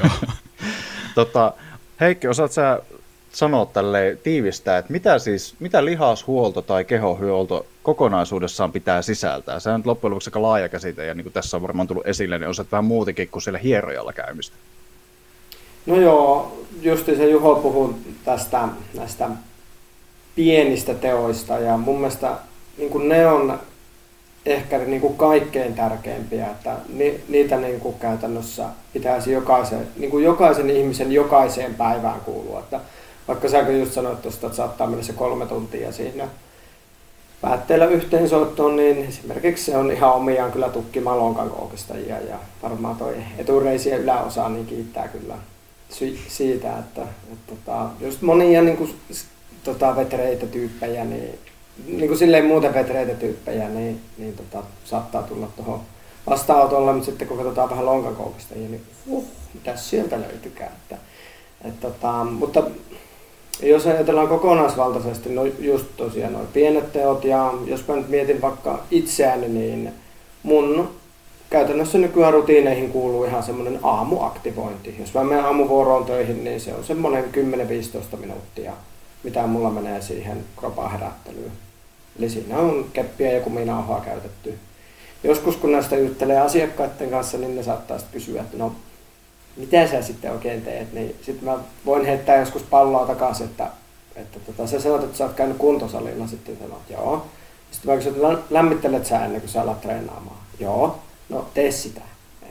Heikki, osaat sä sanoa tälleen tiivistää, että mitä lihashuolto tai kehohuolto kokonaisuudessaan pitää sisältää? Se on loppujen lopuksi aika laaja käsite, ja niin kuin tässä on varmaan tullut esille, niin osaat vähän muutakin kuin siellä hierojalla käymistä. No joo, justi se Juho puhui näistä pienistä teoista, ja mun mielestä niin kuin ne on ehkä niin kuin kaikkein tärkeimpiä, että niitä niin kuin käytännössä pitäisi jokaisen ihmisen jokaiseen päivään kuulua. Että vaikka säkin just sanoit tuosta, että saattaa mennä se 3 tuntia siinä päätteellä yhteensoittoon, niin esimerkiksi se on ihan omiaan kyllä tukkimaan lonkan koukistajia ja varmaan toi etureisien yläosa niin kiittää kyllä siitä, että just monia niin kuin, vetreitä tyyppejä, niin kuin silleen muuten vetreitä tyyppejä, niin saattaa tulla tuohon vastaanotolle, mutta sitten kun katsotaan vähän lonkakoukistajia, niin mitäs sieltä löytykään. Mutta jos ajatellaan kokonaisvaltaisesti, no just tosiaan nuo pienet teot, ja jos mä nyt mietin vaikka itseäni, niin mun käytännössä nykyään rutiineihin kuuluu ihan semmoinen aamuaktivointi. Jos mä menen aamuvuoroon töihin, niin se on semmoinen 10-15 minuuttia, mitä mulla menee siihen kropan herättelyyn. Eli siinä on keppiä ja kuminauhaa käytetty. Joskus kun näistä juttelee asiakkaiden kanssa, niin ne saattaa sitten kysyä, että no, mitä sä sitten oikein teet? Niin sitten mä voin heittää joskus palloa takaisin, että sä sanot, että sä oot käynyt kuntosalilla, sitten sanot, joo. Sitten mä kysyn, että lämmittelet sä ennen kuin sä alat treenaamaan? Joo, no tee sitä.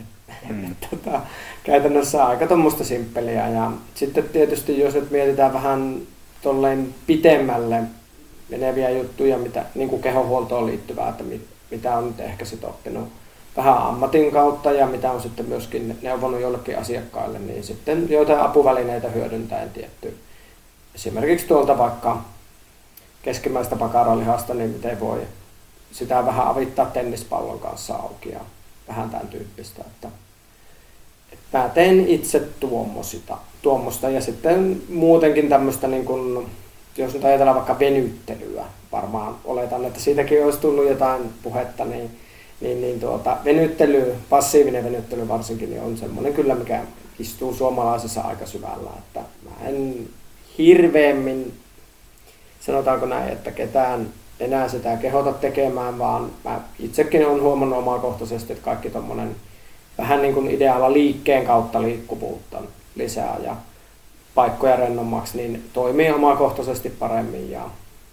Käytännössä aika tommoista simppeliä. Ja sitten tietysti jos nyt mietitään vähän tolleen pitemmälle meneviä juttuja, mitä niin kuin kehohuoltoon liittyvää, että mitä on nyt ehkä sitten oppinut vähän ammatin kautta ja mitä on sitten myöskin neuvonut jollekin asiakkaille, niin sitten joitain apuvälineitä hyödyntäen tietty. Esimerkiksi tuolta vaikka keskimmäistä pakaralihasta, niin miten voi sitä vähän avittaa tennispallon kanssa auki ja vähän tämän tyyppistä. Että mä teen itse tuommoista ja sitten muutenkin tämmöistä, niin kun, jos nyt ajatellaan vaikka venyttelyä, varmaan oletan, että siitäkin olisi tullut jotain puhetta, niin venyttely, passiivinen venyttely varsinkin, niin on semmoinen kyllä, mikä istuu suomalaisessa aika syvällä. Että mä en hirveämmin, sanotaanko näin, että ketään enää sitä kehota tekemään, vaan mä itsekin olen huomannut omakohtaisesti, että kaikki tommonen vähän niin kuin idealla liikkeen kautta liikkuvuutta lisää ja paikkoja rennommaksi, niin toimii omakohtaisesti paremmin ja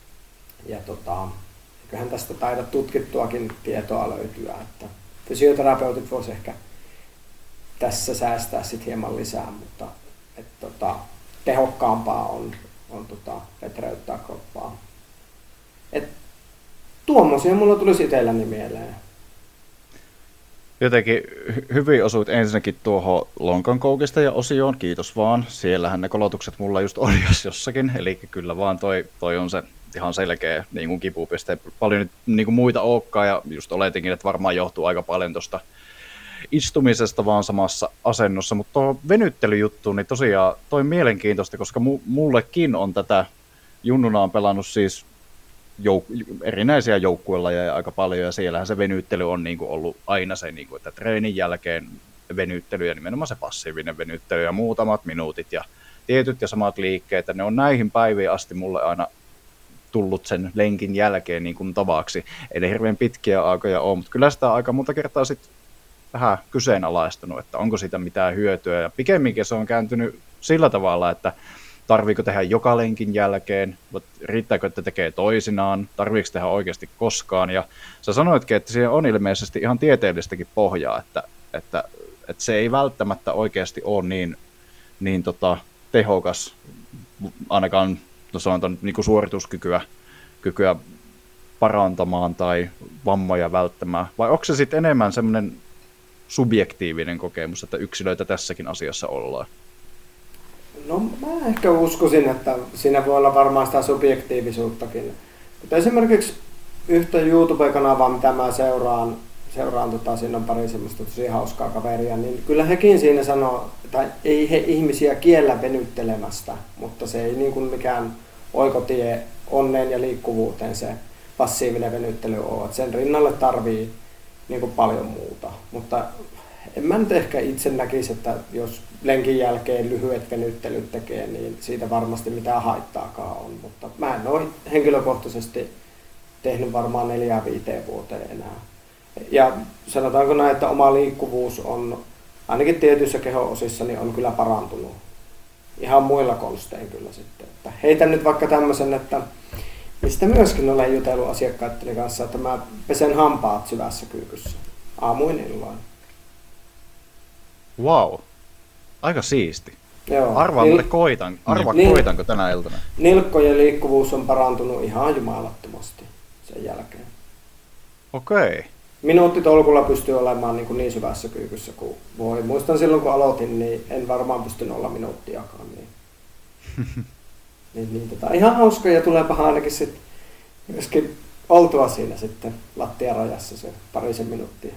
eiköhän tästä taida tutkittuakin tietoa löytyä, että fysioterapeutit vois ehkä tässä säästää sit hieman lisää, mutta tehokkaampaa on vetreyttää kroppaa. Tuommoisia mulla tulisi itselläni mieleen. Jotenkin hyvin osuit ensinnäkin tuohon lonkankoukista ja osioon, kiitos vaan. Siellähän ne kolotukset mulla just on jossakin, eli kyllä vaan toi on se ihan selkeä niin kuin kipupiste. Paljon nyt niin kuin muita olekaan ja just oletinkin, että varmaan johtuu aika paljon tuosta istumisesta vaan samassa asennossa, mutta tuo venyttelyjuttu, niin tosiaan toi mielenkiintoista, koska mullekin on tätä junnunaan pelannut siis erinäisiä joukkuelajeja aika paljon, ja siellähän se venyttely on niin kuin ollut aina se, niin kuin, että treenin jälkeen venyttely ja nimenomaan se passiivinen venyttely ja muutamat minuutit ja tietyt ja samat liikkeet, ja ne on näihin päiviin asti mulle aina tullut sen lenkin jälkeen niin kuin tavaksi. Ei ne hirveän pitkiä aikoja ole, mutta kyllä sitä aika monta kertaa sitten vähän kyseenalaistunut, että onko siitä mitään hyötyä, ja pikemminkin se on kääntynyt sillä tavalla, että tarviiko tehdä joka lenkin jälkeen, riittääkö, että tekee toisinaan, tarviiko tehdä oikeasti koskaan, ja sä sanoitkin, että siihen on ilmeisesti ihan tieteellistäkin pohjaa, että se ei välttämättä oikeasti ole niin tehokas, ainakaan sanotaan, niin kuin suorituskykyä parantamaan tai vammoja välttämään, vai onko se sitten enemmän semmoinen subjektiivinen kokemus, että yksilöitä tässäkin asiassa ollaan? No mä ehkä uskoisin, että siinä voi olla varmaan sitä subjektiivisuuttakin. Mutta esimerkiksi yhtä YouTube-kanavaa, mitä mä seuraan siinä on pari semmoista tosi hauskaa kaveria, niin kyllä hekin siinä sanoo, että ei he ihmisiä kiellä venyttelemästä, mutta se ei niin kuin mikään oikotie onneen ja liikkuvuuteen se passiivinen venyttely ole. Että sen rinnalle tarvii niin kuin paljon muuta, mutta en mä nyt ehkä itse näkisi, että jos lenkin jälkeen lyhyet venyttelyt tekee, niin siitä varmasti mitään haittaakaan on, mutta mä en ole henkilökohtaisesti tehnyt varmaan 4-5 vuoteen enää. Ja sanotaanko näin, että oma liikkuvuus on ainakin tietyissä keho-osissa niin on kyllä parantunut. Ihan muilla konstein kyllä sitten. Että heitän nyt vaikka tämmöisen, että mistä myöskin olen jutellut asiakkaitteni kanssa, että mä pesen hampaat syvässä kyykyssä aamuin illoin. Wow, aika siisti. Joo. Koitanko tänä iltana? Nilkkojen liikkuvuus on parantunut ihan jumalattomasti sen jälkeen. Okei. Minuuttitolkulla pystyy olemaan niin syvässä kyykyssä kuin voi. Muistan silloin kun aloitin, niin en varmaan pystynyt olla minuuttiakaan. Ihan hauska ja tuleepahan ainakin sitten myöskin oltua siinä sitten lattiarajassa se parisen minuuttia.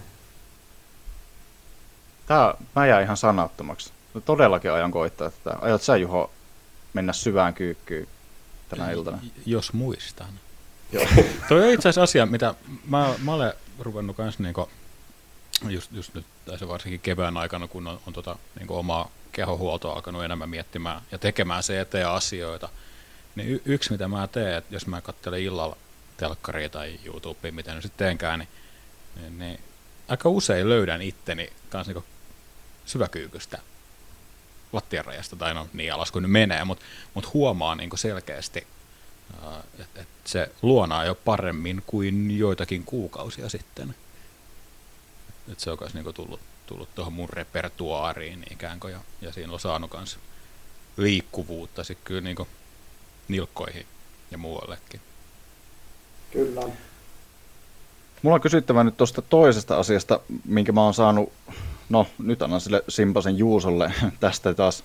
Mä jäin ihan sanattomaksi. Todellakin ajan koittaa tätä. Aiot sä, Juho, mennä syvään kyykkyyn tänä iltana? Jos muistan. Joo. Toi on itse asiassa asia, mitä mä olen ruvennut kanssa niinku, just nyt, tai se varsinkin kevään aikana, kun on niinku omaa kehohuoltoa alkanut enemmän miettimään ja tekemään se eteen asioita, niin yksi mitä mä teen, että jos mä katselen illalla telkkaria tai YouTubea, mitä nyt sitten teenkään, niin aika usein löydän itteni kanssa niinku syväkyykystä lattianrajasta, tai no niin alas kuin nyt menee, mutta huomaa niinku selkeästi, että se luonaa jo paremmin kuin joitakin kuukausia sitten. Et se on myös niinku tullut tuohon mun repertuaariin ikään kuin, ja siinä on saanut myös liikkuvuutta sitten kyllä niinku nilkkoihin ja muuallekin. Kyllä. Mulla on kysyttävä nyt tuosta toisesta asiasta, minkä mä oon saanut, no nyt annan sille Simpasen Juusolle tästä taas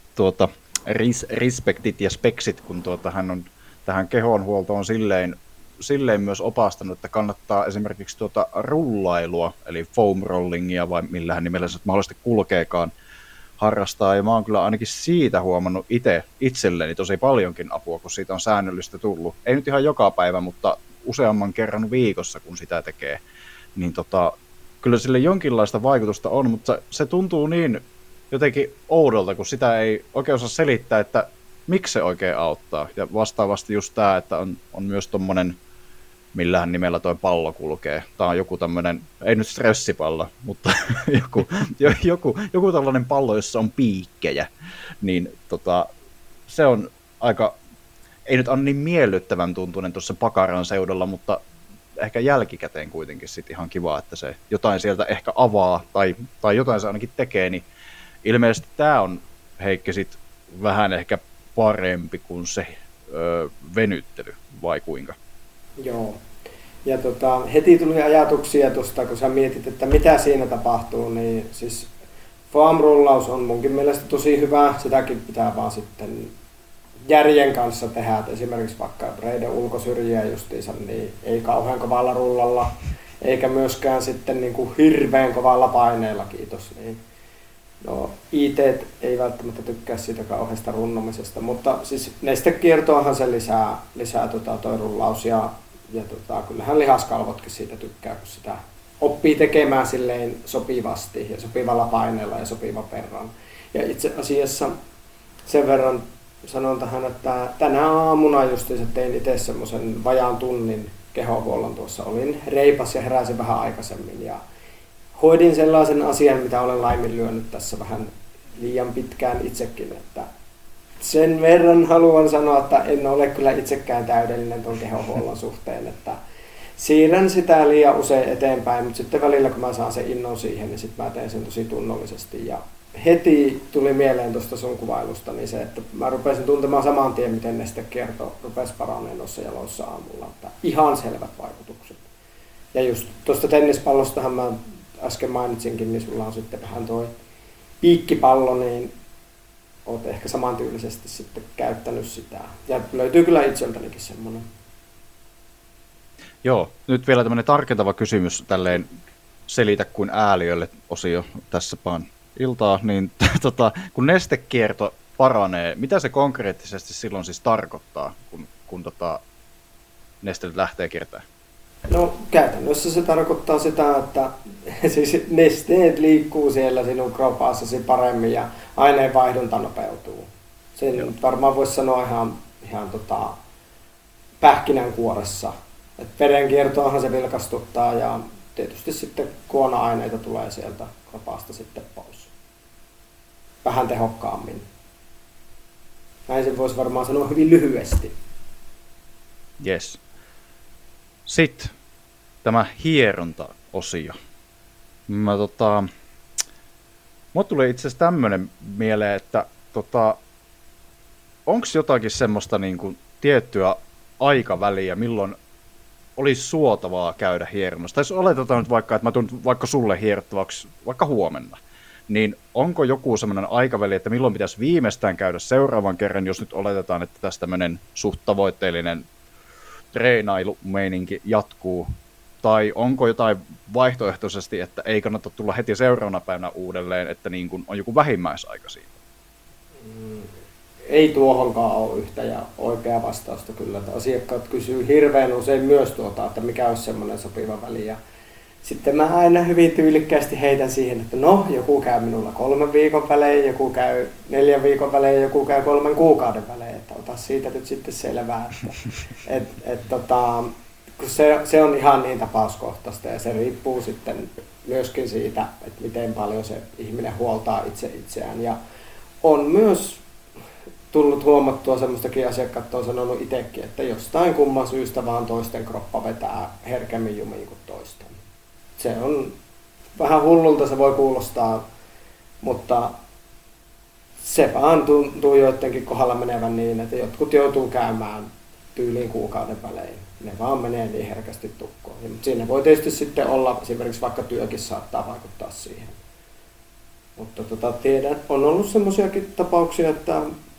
respektit ja speksit, kun hän on tähän kehonhuoltoon silleen silleen myös opastanut, että kannattaa esimerkiksi tuota rullailua, eli foam rollingia, vai millähän nimellä se mahdollisesti kulkeekaan, harrastaa, ja mä oon kyllä ainakin siitä huomannut itselleni tosi paljonkin apua, kun siitä on säännöllistä tullut. Ei nyt ihan joka päivä, mutta useamman kerran viikossa, kun sitä tekee, niin kyllä sille jonkinlaista vaikutusta on, mutta se tuntuu niin jotenkin oudolta, kun sitä ei oikein osaa selittää, että miksi se oikein auttaa. Ja vastaavasti just tämä, että on myös tommonen, millähän nimellä toi pallo kulkee. Tämä on joku tämmöinen, ei nyt stressipallo, mutta joku tällainen pallo, jossa on piikkejä. Niin se on aika, ei nyt ole niin miellyttävän tuntunen tuossa Pakaran seudulla, mutta ehkä jälkikäteen kuitenkin sit ihan kiva, että se jotain sieltä ehkä avaa tai jotain se ainakin tekee, niin ilmeisesti tämä on, Heikki, sit vähän ehkä parempi kuin se venyttely, vai kuinka? Joo. Ja heti tuli ajatuksia tuosta, kun sä mietit, että mitä siinä tapahtuu, niin siis foam-rullaus on munkin mielestä tosi hyvä. Sitäkin pitää vaan sitten järjen kanssa tehdä, että esimerkiksi vaikka reiden ulkosyrjiä justiinsa, niin ei kauhean kovalla rullalla, eikä myöskään sitten niin kuin hirveän kovalla paineella, kiitos. Niin. No, IT ei välttämättä tykkää siitä kauheasta runnomisesta, mutta siis nestekiertoahan se lisää toi rullaus ja kyllähän lihaskalvotkin siitä tykkää, kun sitä oppii tekemään silleen sopivasti ja sopivalla paineella ja sopivan verran. Ja itse asiassa sen verran sanon tähän, että tänä aamuna justiinsa tein itse semmoisen vajaan tunnin kehohuollon tuossa. Olin reipas ja heräsin vähän aikaisemmin ja hoidin sellaisen asian, mitä olen laiminlyönyt tässä vähän liian pitkään itsekin, että sen verran haluan sanoa, että en ole kyllä itsekään täydellinen tuon kehohuollon suhteen, että siirrän sitä liian usein eteenpäin, mutta sitten välillä kun mä saan sen innon siihen, niin sitten mä teen sen tosi tunnollisesti. Ja heti tuli mieleen tuosta sun kuvailusta niin se, että mä rupesin tuntemaan saman tien, miten nestekierto rupesi paraneen noissa jaloissa aamulla, että ihan selvät vaikutukset. Ja just tuosta tennispallostahan mä äsken mainitsinkin, niin sulla on sitten vähän toi piikkipallo, niin oot ehkä samantyylisesti sitten käyttänyt sitä. Ja löytyy kyllä itseltänikin semmoinen. Joo, nyt vielä tämmöinen tarkentava kysymys tälleen selitä kuin ääliölle osio tässä vaan iltaa, niin kun nestekierto paranee, mitä se konkreettisesti silloin siis tarkoittaa, kun nesteet lähtee kiertämään? No käytännössä se tarkoittaa sitä, että siis nesteet liikkuu siellä sinun kropassasi paremmin ja aineenvaihdunta nopeutuu. Sen varmaan voisi sanoa ihan pähkinänkuoressa. Et verenkiertoahan se vilkastuttaa ja tietysti sitten kuona-aineita tulee sieltä kropasta sitten pois. Vähän tehokkaammin. Näin se voisi varmaan sanoa hyvin lyhyesti. Yes. Sitten tämä hieronta-osio. Mulle tuli itse asiassa tämmöinen mieleen, että onko jotakin semmoista niin kuin tiettyä aikaväliä, milloin olisi suotavaa käydä hieronnassa? Tai jos oletetaan nyt vaikka, että mä tulen vaikka sulle hierottavaksi vaikka huomenna, niin onko joku semmoinen aikaväli, että milloin pitäisi viimeistään käydä seuraavan kerran, jos nyt oletetaan, että tästä tämmöinen suht tavoitteellinen treenailumeininki jatkuu, tai onko jotain vaihtoehtoisesti, että ei kannata tulla heti seuraavana päivänä uudelleen, että niin kuin on joku vähimmäisaika siitä? Ei tuohonkaan ole yhtä ja oikea vastausta kyllä, että asiakkaat kysyy hirveän usein myös että mikä olisi semmoinen sopiva väli. Ja sitten mä aina hyvin tyylikkäästi heitän siihen, että no, joku käy minulla 3 viikon välein, joku käy 4 viikon välein, joku käy 3 kuukauden välein, että ota siitä nyt sitten selvää. Kun se on ihan niin tapauskohtaista ja se riippuu sitten myöskin siitä, että miten paljon se ihminen huoltaa itseään. Ja on myös tullut huomattua semmoistakin asiakkaat on sanonut itsekin, että jostain kumman syystä vaan toisten kroppa vetää herkemmin jumiin kuin toisten. Se on vähän hullulta, se voi kuulostaa, mutta se vaan tuntuu joidenkin kohdalla menevän niin, että jotkut joutuu käymään tyyliin kuukauden välein. Ne vaan menee niin herkästi tukkoon. Ja siinä voi tietysti sitten olla, esimerkiksi vaikka työkin saattaa vaikuttaa siihen. Mutta tiedän, on ollut semmoisiakin tapauksia, että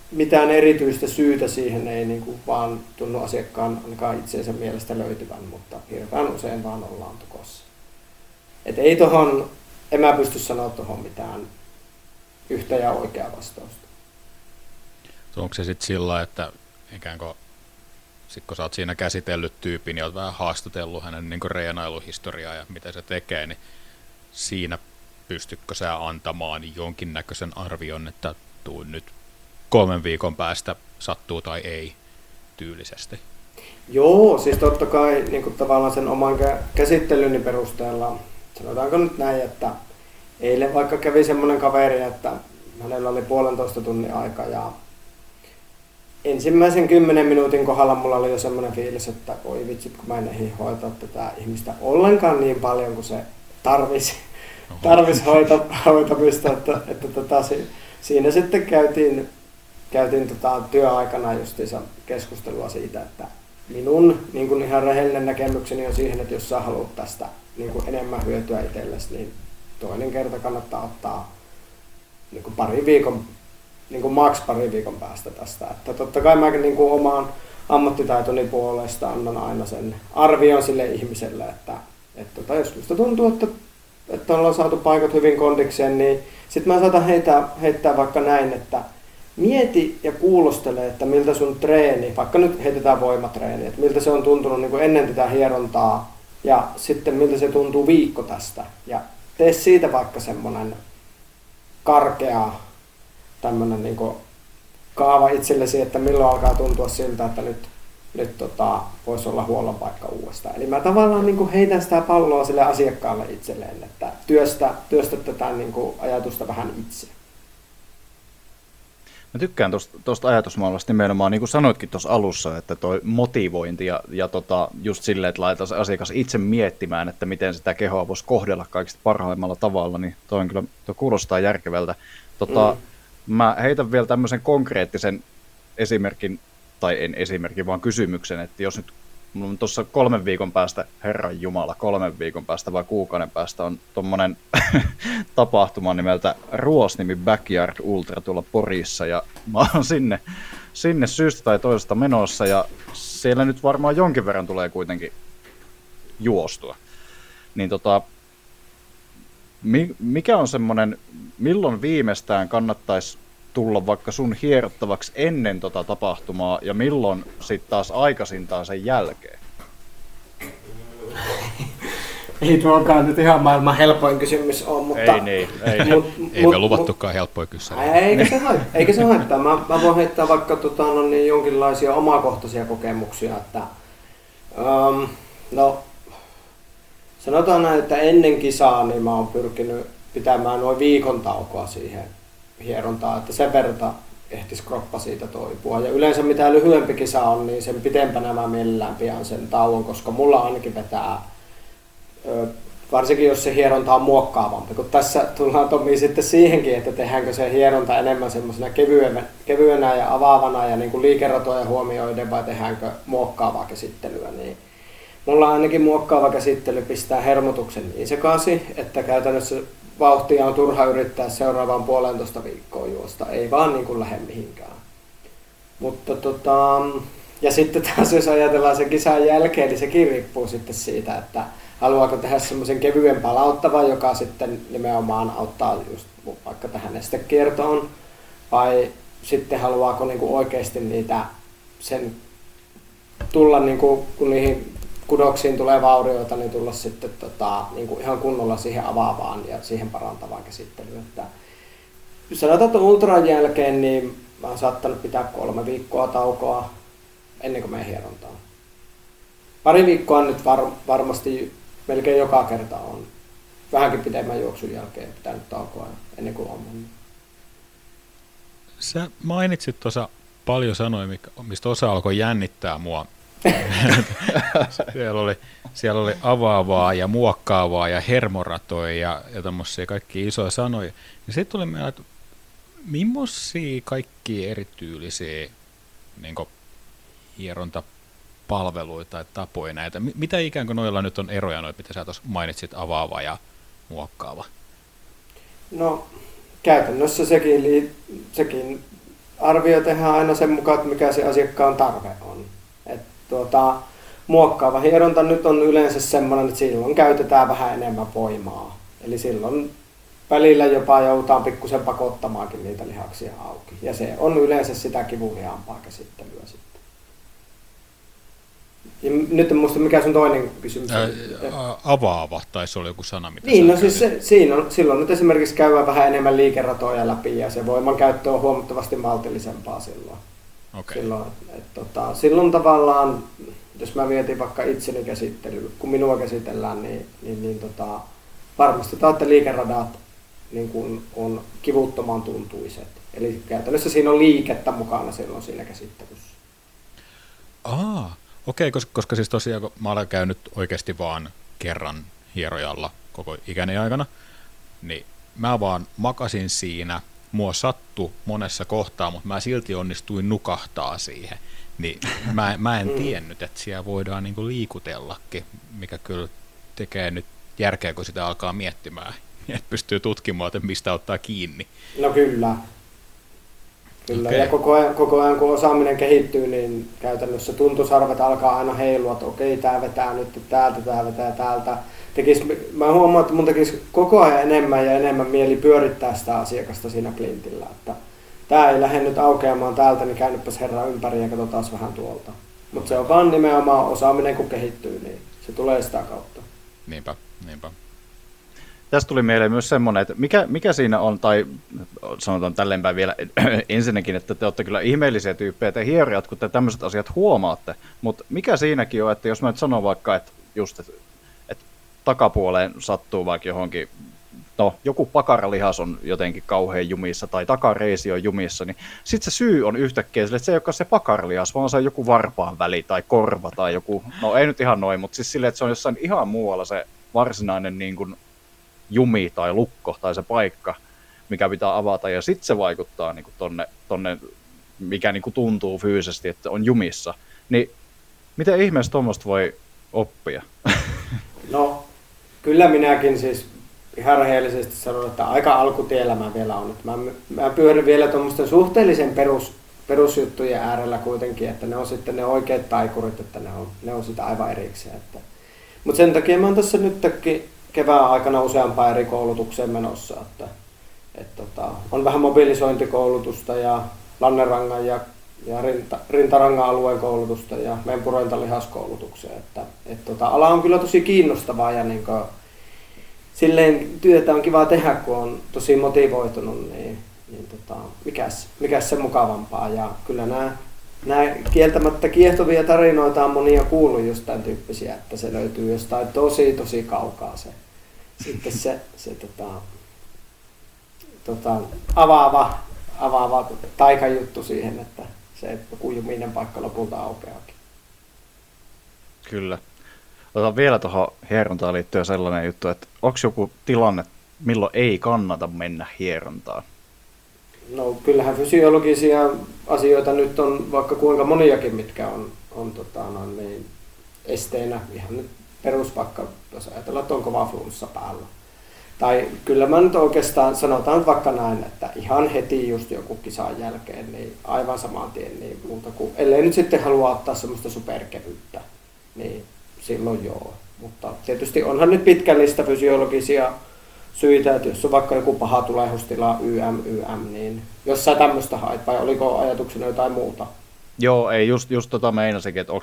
mitään erityistä syytä siihen ei niin kuin vaan tunnu asiakkaan ainakaan itseensä mielestä löytyvän, mutta hirveän usein vaan ollaan tukossa. Et ei tohon, en mä pysty sanoa tuohon mitään yhtä ja oikeaa vastausta. Onko se sitten sillä, että ikään kuin sit kun sä oot siinä käsitellyt tyypin ja oot vähän haastatellut hänen niin reenailuhistoriaa ja mitä se tekee, niin siinä pystytkö sä antamaan jonkinnäköisen arvion, että tuu nyt 3 viikon päästä sattuu tai ei tyylisesti? Joo, siis totta kai niin kuin tavallaan sen oman käsittelyni perusteella, sanotaanko nyt näin, että eilen vaikka kävi semmoinen kaveri, että hänellä oli 1,5 tunnin aika ja ensimmäisen 10 minuutin kohdalla mulla oli jo semmoinen fiilis, että voi vitsit, kun mä en ehdi hoitaa tätä ihmistä ollenkaan niin paljon kuin se tarvisi hoitamista, että siinä sitten käytiin työaikana justiinsa keskustelua siitä, että minun niin kuin ihan rehellinen näkemykseni on siihen, että jos sä haluat tästä niin kuin enemmän hyötyä itsellesi, niin toinen kerta kannattaa ottaa niin kuin maks pari viikon päästä tästä. Että totta kai mä niin kuin oman ammattitaitoni puolesta annan aina sen arvion sille ihmiselle, että jos musta tuntuu, että ollaan saatu paikat hyvin kondikseen, niin sitten mä saatan heittää vaikka näin, että mieti ja kuulostele, että miltä sun treeni, vaikka nyt heitetään voimatreeni, että miltä se on tuntunut niin kuin ennen tätä hierontaa ja sitten miltä se tuntuu viikko tästä. Ja tee siitä vaikka semmoinen karkea tämmöinen niin kuin kaava itsellesi, että milloin alkaa tuntua siltä, että nyt voisi olla huollon paikka uudestaan. Eli mä tavallaan niin kuin heitän sitä palloa sille asiakkaalle itselleen, että työstä tätä niin kuin ajatusta vähän itse. Mä tykkään tuosta ajatusmaailmasta nimenomaan, niin kuin sanoitkin tuossa alussa, että toi motivointi ja just silleen, että laitetaan se asiakas itse miettimään, että miten sitä kehoa voisi kohdella kaikista parhaimmalla tavalla, niin tuo kuulostaa järkevältä. Mä heitän vielä tämmöisen konkreettisen esimerkin, tai en esimerkin, vaan kysymyksen, että jos nyt tuossa 3 viikon päästä, Herran Jumala, 3 viikon päästä vai kuukauden päästä on tommonen tapahtuma nimeltä Ruosnimi Backyard Ultra tuolla Porissa, ja mä oon sinne syystä tai toisesta menossa, ja siellä nyt varmaan jonkin verran tulee kuitenkin juostua. Niin mikä on semmonen, milloin viimeistään kannattaisi tulla vaikka sun hierottavaksi ennen tapahtumaa ja milloin sitten taas aikaisintaan sen jälkeen? Ei tuokaan nyt ihan maailman helpoin kysymys ole, mutta... Ei me luvattukaan helppoja kysymyksiä. Eikä se haittaa. Mä voin heittää vaikka jonkinlaisia omakohtaisia kokemuksia, että sanotaan näin, että ennen kisaa niin mä oon pyrkinyt pitämään noin viikon taukoa siihen hierontaan, että sen verran ehtisi kroppa siitä toipua. Ja yleensä mitä lyhyempi kisa on, niin sen pitempänä mä mielellään pian sen tauon, koska mulla ainakin vetää, varsinkin jos se hieronta on muokkaavampi. Kun tässä tullaan Tomi sitten siihenkin, että tehdäänkö se hieronta enemmän semmoisena kevyenä ja avaavana ja niin kuin liikeratoja huomioiden vai tehdäänkö muokkaavaa käsittelyä. Niin mulla ainakin muokkaava käsittely pistää hermotuksen niin sekaisin, että käytännössä vauhtia on turha yrittää seuraavaan 1,5 viikkoa juosta, ei vaan niin kuin lähde mihinkään. Mutta ja sitten taas jos ajatellaan sen kisan jälkeen, niin sekin riippuu sitten siitä, että haluaako tehdä semmoisen kevyen palauttavan, joka sitten nimenomaan auttaa just vaikka tähän nestekiertoon, vai sitten haluaako niin kuin oikeasti niitä sen tulla niin kuin, kun niihin kudoksiin tulee vaurioita, niin tulla sitten niin kuin ihan kunnolla siihen avaavaan ja siihen parantavaan käsittelyyn. Että sanotaan, että ultran jälkeen niin mä oon saattanut pitää 3 viikkoa taukoa ennen kuin menen hierontaan. 2 viikkoa nyt varmasti melkein joka kerta on vähänkin pidemmän juoksun jälkeen pitänyt taukoa ennen kuin on mennyt. Sä mainitsit tuossa paljon sanoja, mistä osa alkoi jännittää mua. siellä oli avaavaa ja muokkaavaa ja hermoratoja ja tämmöisiä kaikki isoja sanoja. Ja sitten tuli meillä, että millaisia kaikki erityylisiä niin hierontapalveluita tai tapoja näitä? Mitä ikään kuin noilla nyt on eroja, noita, mitä sä tuossa mainitsit, avaava ja muokkaava? No käytännössä sekin arvio tehdään aina sen mukaan, että mikä se asiakkaan tarve on. Muokkaava hieronta nyt on yleensä semmoinen, että silloin käytetään vähän enemmän voimaa. Eli silloin välillä jopa joudutaan pikkusen pakottamaankin niitä lihaksia auki. Ja se on yleensä sitä kivuliaampaa käsittelyä sitten. Ja nyt en muista, mikä sun toinen kysymys on. Avaava, tai se oli joku sana, mitä niin, no siis silloin nyt esimerkiksi käydään vähän enemmän liikeratoja läpi ja se voimankäyttö on huomattavasti maltillisempaa silloin. Okay. Silloin tavallaan, jos mä mietin vaikka itseni käsittelyä, kun minua käsitellään, niin varmistetaan, että liikeradat niin kun on kivuttoman tuntuiset. Eli käytännössä siinä on liikettä mukana silloin siinä käsittelyssä. Okei, koska siis tosiaan kun mä olen käynyt oikeasti vaan kerran hierojalla koko ikäni aikana, niin mä vaan makasin siinä, mua sattui monessa kohtaa, mutta mä silti onnistuin nukahtaa siihen. Niin mä en tiennyt, että siellä voidaan niinku liikutellakin, mikä kyllä tekee nyt järkeä, kun sitä alkaa miettimään, että pystyy tutkimaan, että mistä ottaa kiinni. No kyllä. Okay. Ja koko ajan kun osaaminen kehittyy, niin käytännössä tuntusarvet alkaa aina heilua, että okei, tää vetää nyt täältä, tää vetää täältä. Mä huomaan, että mun tekisi koko ajan enemmän ja enemmän mieli pyörittää sitä asiakasta siinä plintillä. Että tää ei lähde nyt aukeamaan täältä, niin käynypäs herra ympäri ja katsotaan vähän tuolta. Mutta se on vaan nimenomaan osaaminen, kun kehittyy, niin se tulee sitä kautta. Niinpä. Tästä tuli mieleen myös semmoinen, että mikä siinä on, tai sanotaan tälleenpäin vielä ensinnäkin, että te olette kyllä ihmeellisiä tyyppejä, te hierojat, kun te tämmöiset asiat huomaatte, mutta mikä siinäkin on, että jos mä nyt sanon vaikka, että just, että takapuoleen sattuu vaikka johonkin, no joku pakaralihas on jotenkin kauhean jumissa tai takareisi on jumissa, niin sitten se syy on yhtäkkiä sille, että se ei olekaan se pakaralihas, vaan se on joku varpaan väli tai korva tai joku, no ei nyt ihan noin, mutta siis silleen, että se on jossain ihan muualla se varsinainen niin kuin jumi tai lukko tai se paikka, mikä pitää avata, ja sitten se vaikuttaa niin kuin tonne, mikä niin kuin tuntuu fyysisesti, että on jumissa. Niin miten ihmeessä tuommoista voi oppia? No, kyllä minäkin siis ihan rehellisesti sanon, että aika alkutiellä mä vielä on. Mä pyörin vielä tuommoisten suhteellisen perusjuttujen äärellä kuitenkin, että ne on sitten ne oikeat taikurit, että ne on sitä aivan erikseen. Mutta sen takia mä oon tässä nytkin kevään aikana useampaan eri koulutukseen menossa, että on vähän mobilisointikoulutusta ja Lannerangan ja Rintarangan alueen koulutusta ja Mempuroilta lihaskoulutukseen. Ala on kyllä tosi kiinnostavaa ja niin silleen työtä on kiva tehdä, kun on tosi motivoitunut, niin mikäs se mukavampaa. Ja kyllä nämä kieltämättä kiehtovia tarinoita on monia kuullut just tämän tyyppisiä, että se löytyy jostain tosi kaukaa se. Sitten se avaava taikajuttu siihen, että se joku juminen paikka lopulta aukeakin. Kyllä. Otan vielä tuohon hierontaan liittyen sellainen juttu, että onko joku tilanne, milloin ei kannata mennä hierontaan? No kyllähän fysiologisia asioita nyt on vaikka kuinka moniakin, mitkä on niin esteenä. Ihan nyt perusvakka, jos ajatellaan, että on kova flunssa päällä. Tai kyllä mä nyt oikeastaan sanotaan vaikka näin, että ihan heti just joku kisan jälkeen, niin aivan saman tien niin muuta kuin, ellei nyt sitten halua ottaa semmoista superkevyttä, niin silloin joo. Mutta tietysti onhan nyt pitkällistä fysiologisia syitä, että jos on vaikka joku paha tulehdustila, YM, niin jos sä tämmöistä hait, vai oliko ajatuksena jotain muuta? Joo, ei just meinasikin, että onko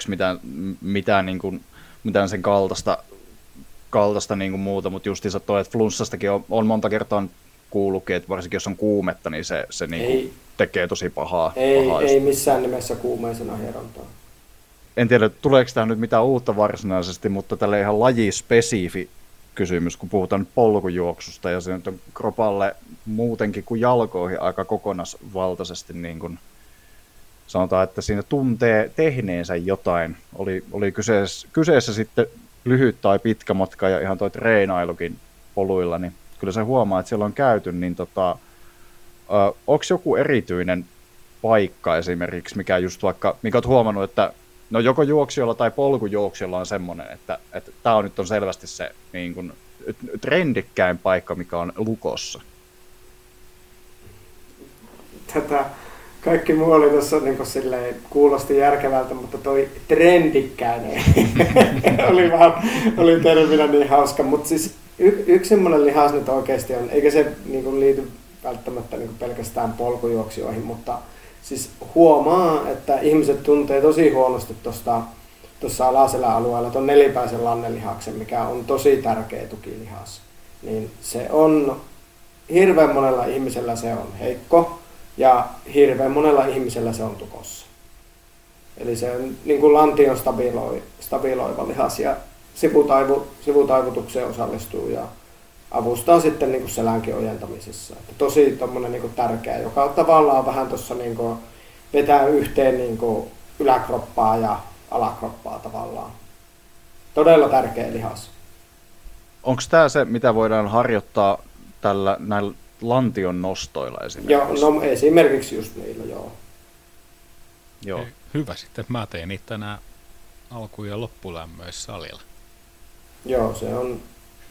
mitään sen kaltaista niin kuin muuta, mutta justiinsa toi, että flunssastakin on monta kertaa kuullutkin, että varsinkin jos on kuumetta, niin se niin kuin tekee tosi pahaa. Ei missään nimessä kuumeisena hierontaa. En tiedä, tuleeko tähän nyt mitään uutta varsinaisesti, mutta tälle ihan lajispesifi kysymys, kun puhutaan nyt polkujuoksusta, ja se nyt on kropalle muutenkin kuin jalkoihin aika kokonaisvaltaisesti, niin kuin sanotaan, että siinä tuntee tehneensä jotain. Oli kyseessä sitten lyhyt tai pitkä matka ja ihan toi treenailukin poluilla, niin kyllä se huomaa, että siellä on käyty, niin onko joku erityinen paikka esimerkiksi, mikä just vaikka, mikä olet huomannut, että no joko juoksijoilla tai polkujuoksijoilla on semmoinen, että tämä nyt on selvästi se niin kuin trendikkäin paikka, mikä on lukossa. kaikki muu oli tuossa niin silleen, kuulosti järkevältä, mutta toi trendikkäinen oli terminä niin hauska. Mutta siis yksi semmoinen lihas nyt oikeasti on, eikä se niin liity välttämättä niin pelkästään polkujuoksijoihin, mutta siis huomaa, että ihmiset tuntee tosi huonosti tuossa alaseläalueella tuon nelipäisen lannelihaksen, mikä on tosi tärkeä tukilihas. Niin se on, hirveän monella ihmisellä se on heikko ja hirveän monella ihmisellä se on tukossa. Eli se on niin kuin lantion stabiloiva lihas ja sivutaivutukseen osallistuu ja avustaa sitten niin kuin selänkin ojentamisessa. Että tosi tommonen niin kuin tärkeä, joka tavallaan vähän tuossa niin kuin vetää yhteen niin kuin yläkroppaa ja alakroppaa tavallaan. Todella tärkeä lihas. Onko tämä se, mitä voidaan harjoittaa näillä lantion nostoilla esimerkiksi? Joo, no esimerkiksi just niillä, joo. Joo. Hyvä sitten, mä tein niitä tänään alku- ja loppulämmöissä salilla. Joo, se on,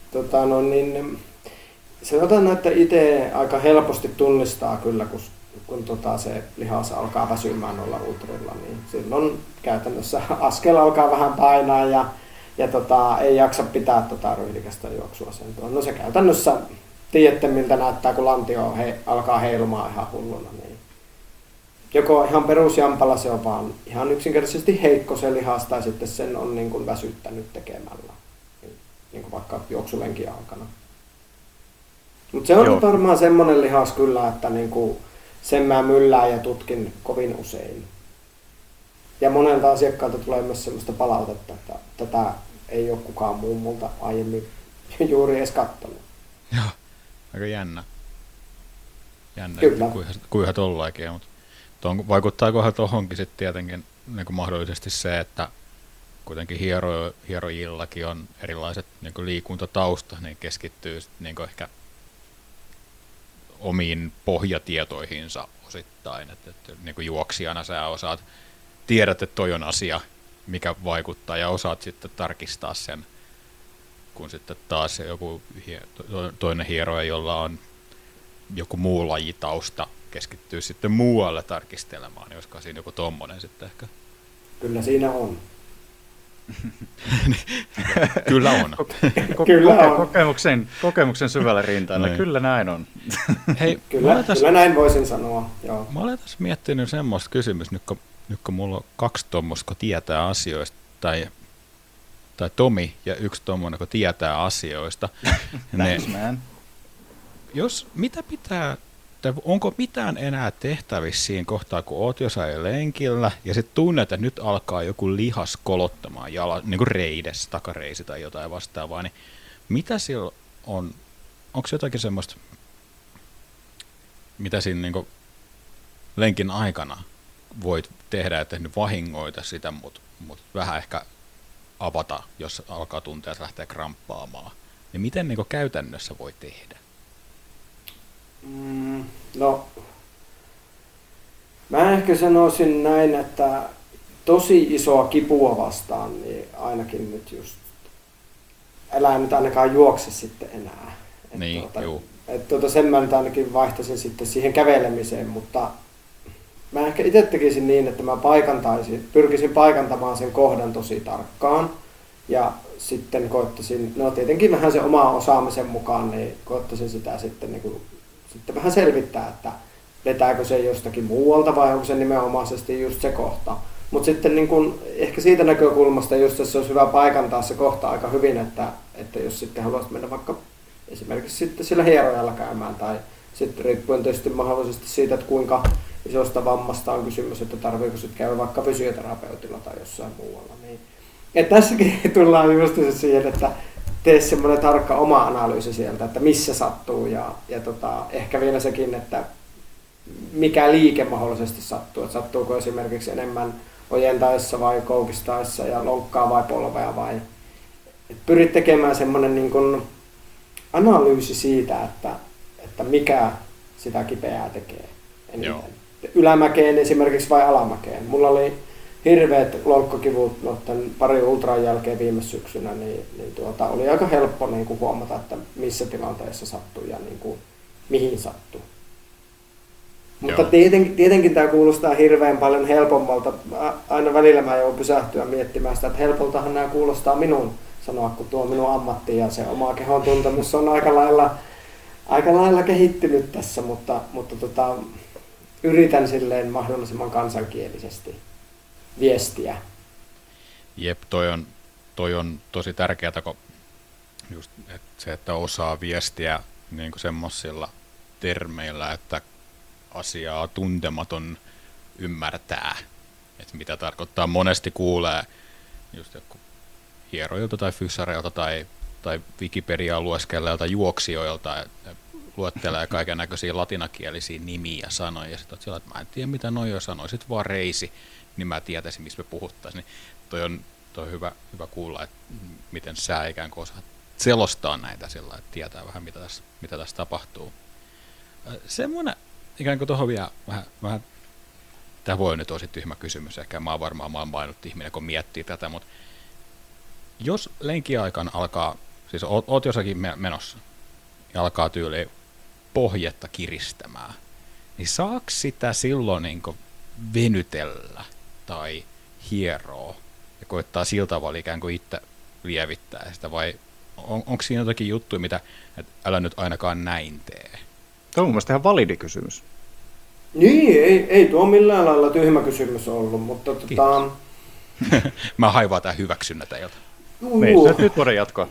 sanotaan, että itse aika helposti tunnistaa kyllä, kun se lihas alkaa väsymään noilla ultrilla, niin silloin käytännössä askel alkaa vähän painaa ja ei jaksa pitää ryhdikästä juoksua sen. No se käytännössä, tiedätte miltä näyttää, kun lantio alkaa heilumaan ihan hulluna. Niin joko ihan perusjampalla se on vaan ihan yksinkertaisesti heikko se lihas, tai sitten sen on niin kuin väsyttänyt tekemällä, niin kuin vaikka juoksulenkin aikana. Mutta se on varmaan semmoinen lihas kyllä, että niin kuin sen mä myllään ja tutkin kovin usein. Ja monelta asiakkaalta tulee myös sellaista palautetta, että tätä ei ole kukaan muu multa aiemmin juuri edes katsonut. Joo, aika jännä. Kyllä. Kuinka tollakin, mutta vaikuttaakohan tuohonkin sitten tietenkin niin kuin mahdollisesti se, että kuitenkin hierojillakin on erilaiset niin kuin liikuntatausta, niin keskittyy niin kuin ehkä omiin pohjatietoihinsa osittain, että niin kuin juoksijana sä tiedät, että toi on asia, mikä vaikuttaa, ja osaat sitten tarkistaa sen, kun sitten taas joku toinen hieroja, jolla on joku muu lajitausta, keskittyy sitten muualle tarkistelemaan, niin olisiko siinä joku tommonen sitten ehkä? Kyllä siinä on. Kyllä on. Kokemuksen syvällä rintailla. Kyllä näin on. Hei, kyllä näin voisin sanoa. Joo. Mä olen tässä miettinyt semmoista kysymystä, nyt kun mulla on 2 tuommoista, kun tietää asioista, tai Tomi ja 1 tuommoinen, kun tietää asioista. Onko mitään enää tehtävissä siinä kohtaa, kun oot jossain lenkillä ja sitten tunnet, että nyt alkaa joku lihas kolottamaan niin kuin reidessä, takareisi tai jotain vastaavaa, niin mitä sillä on, onko jotakin semmoista, mitä siinä niin kuin lenkin aikana voit tehdä, että nyt vahingoita sitä, mutta vähän ehkä avata, jos alkaa tuntea, että lähtee kramppaamaan, niin miten niin kuin käytännössä voi tehdä? No, mä ehkä sanoisin näin, että tosi isoa kipua vastaan, niin ainakin nyt just, älä nyt ainakaan juokse sitten enää. Niin, sen mä nyt ainakin vaihtaisin sitten siihen kävelemiseen, mutta mä ehkä itse tekisin niin, että mä pyrkisin paikantamaan sen kohdan tosi tarkkaan. Ja sitten koettaisin, no tietenkin vähän se oma osaamisen mukaan, niin koettaisin sitä sitten niin kuin sitten vähän selvittää, että vetääkö se jostakin muualta vai onko se nimenomaisesti just se kohta. Mutta sitten niin kun, ehkä siitä näkökulmasta just, että se olisi hyvä paikantaa se kohta aika hyvin, että jos sitten haluaisit mennä vaikka esimerkiksi sitten sillä hierojalla käymään tai sitten riippuen tietysti mahdollisesti siitä, että kuinka isosta vammasta on kysymys, että tarviiko sitten käydä vaikka fysioterapeutilla tai jossain muualla. Niin. Et tässäkin tullaan just siihen, että tee semmoinen tarkka oma analyysi sieltä, että missä sattuu ja ehkä vielä sekin, että mikä liike mahdollisesti sattuu. Että sattuuko esimerkiksi enemmän ojentaessa vai koukistaessa ja lonkkaa vai polvea vai... Pyrit tekemään semmoinen niin kuin analyysi siitä, että mikä sitä kipeää tekee eniten. Joo. Ylämäkeen esimerkiksi vai alamäkeen. Mulla oli hirveät lonkkakivut noiden pari ultran jälkeen viime syksynä, niin oli aika helppo niin kuin huomata, että missä tilanteessa sattuu ja niin kuin, mihin sattuu. Mutta Joo. tietenkin tämä kuulostaa hirveän paljon helpommalta. Aina välillä mä joudun pysähtyä miettimään sitä, että helpoltahan nämä kuulostaa minun sanoa, kun tuo minun ammatti ja se oma kehon tuntemus on aika lailla kehittynyt tässä, mutta yritän silleen mahdollisimman kansankielisesti viestiä. Jep, toi on tosi tärkeää, kun just se, että osaa viestiä niin kuin semmoisilla termeillä, että asiaa tuntematon ymmärtää, että mitä tarkoittaa. Monesti kuulee just joku hieroilta tai fyssareilta tai Wikipediaa lueskeleilta juoksijoilta, että luettelee kaiken näköisiä latinakielisiä nimiä ja sanoja, ja sitten sillä, että mä en tiedä mitä noi jo sanoisit vaan reisi, niin mä tietäisin, missä me puhuttaisiin. Niin toi on hyvä kuulla, että miten sä ikään kuin osaat selostaa näitä sillä, että tietää vähän mitä tässä tapahtuu. Semmoinen ikään kuin tuohon vielä vähän tämä voi nyt olla tyhmä kysymys, ehkä mä oon varmaan maailman ainut ihminen, kun miettii tätä, mutta jos lenkiaikan alkaa, siis oot jossakin menossa ja alkaa tyyliin pohjetta kiristämään, niin saako sitä silloin niin kuin venytellä tai hieroa ja koittaa sillä tavalla ikään kuin itse lievittää sitä, vai onko siinä jotakin juttuja, mitä että älä nyt ainakaan näin tee? Tuo on mun mielestä ihan validi kysymys. Niin, ei tuo millään lailla tyhmä kysymys ollut, mutta Mä haivaan tämän hyväksynnä teiltä. Nyt voidaan jatkaa.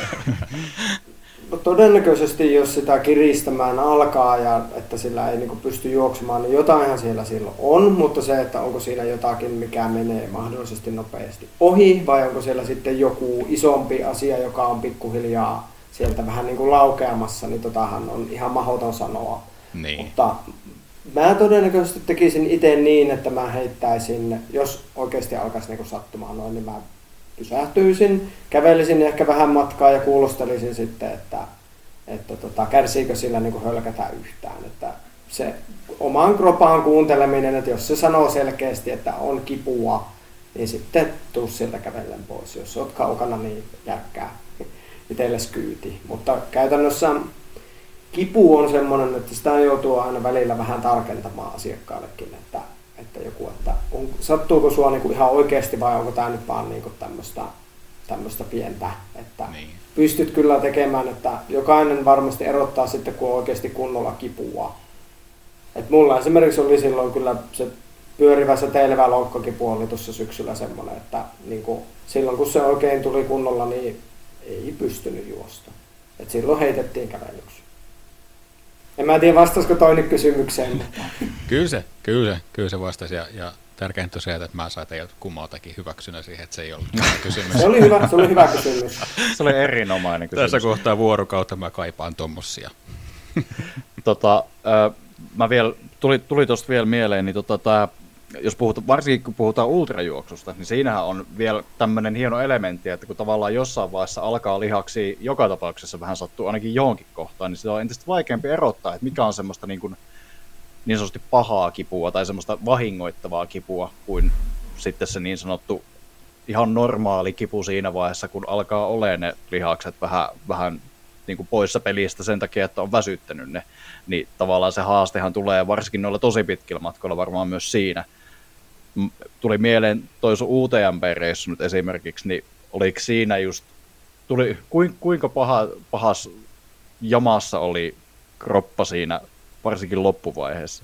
Todennäköisesti, jos sitä kiristämään alkaa ja että sillä ei niin pysty juoksemaan, niin jotainhan siellä silloin on, mutta se, että onko siinä jotakin, mikä menee mahdollisesti nopeasti ohi, vai onko siellä sitten joku isompi asia, joka on pikkuhiljaa sieltä vähän niin kuin laukeamassa, niin totahan on ihan mahdoton sanoa. Niin. Mutta mä todennäköisesti tekisin itse niin, että mä heittäisin, jos oikeasti alkaisi niin kuin sattumaan noin, niin mä pysähtyisin, kävelisin ehkä vähän matkaa ja kuulostelisin sitten, että kärsiikö sillä niin kuin hölkätä yhtään. Että se oman kropaan kuunteleminen, että jos se sanoo selkeästi, että on kipua, niin sitten tuu sieltä kävellen pois. Jos olet kaukana, niin järkkää itsellesi kyyti. Mutta käytännössä kipu on semmoinen, että sitä joutuu aina välillä vähän tarkentamaan asiakkaallekin, että sattuuko sua niinku ihan oikeasti vai onko tämä nyt vaan niinku tämmöistä pientä, että Niin. pystyt kyllä tekemään, että jokainen varmasti erottaa sitten, kun on oikeasti kunnolla kipua. Et mulla esimerkiksi oli silloin kyllä se pyörivä säteilevä lonkkakipu oli tuossa syksyllä semmoinen, että niinku, silloin kun se oikein tuli kunnolla, niin ei pystynyt juosta. Et silloin heitettiin kävelyksi. En mä tiedä, vastasiko toinen kysymykseen. Mutta Kyllä se vastasi, ja tärkeintä on se, että mä sain teiltä kummaltakin hyväksynä siihen, että se ei ollut kysymys. se oli hyvä kysymys. Se oli erinomainen kysymys. Tässä kohtaa vuorokautta mä kaipaan tommosia. Mä vielä, tuli tuosta vielä mieleen, niin jos varsinkin kun puhutaan ultrajuoksusta, niin siinähän on vielä tämmöinen hieno elementti, että kun tavallaan jossain vaiheessa alkaa lihaksi joka tapauksessa vähän sattuu ainakin johonkin kohtaan, niin sitä on entistä vaikeampi erottaa, että mikä on semmoista niin sanotusti pahaa kipua tai semmoista vahingoittavaa kipua kuin sitten se niin sanottu ihan normaali kipu siinä vaiheessa, kun alkaa olemaan ne lihakset vähän niin kuin poissa pelistä sen takia, että on väsyttänyt ne, niin tavallaan se haastehan tulee varsinkin noilla tosi pitkillä matkoilla varmaan myös siinä. Tuli mieleen toi sun UTMP-reissu nyt esimerkiksi, niin oliko siinä just, kuinka pahas jamassa oli kroppa siinä varsinkin loppuvaiheessa?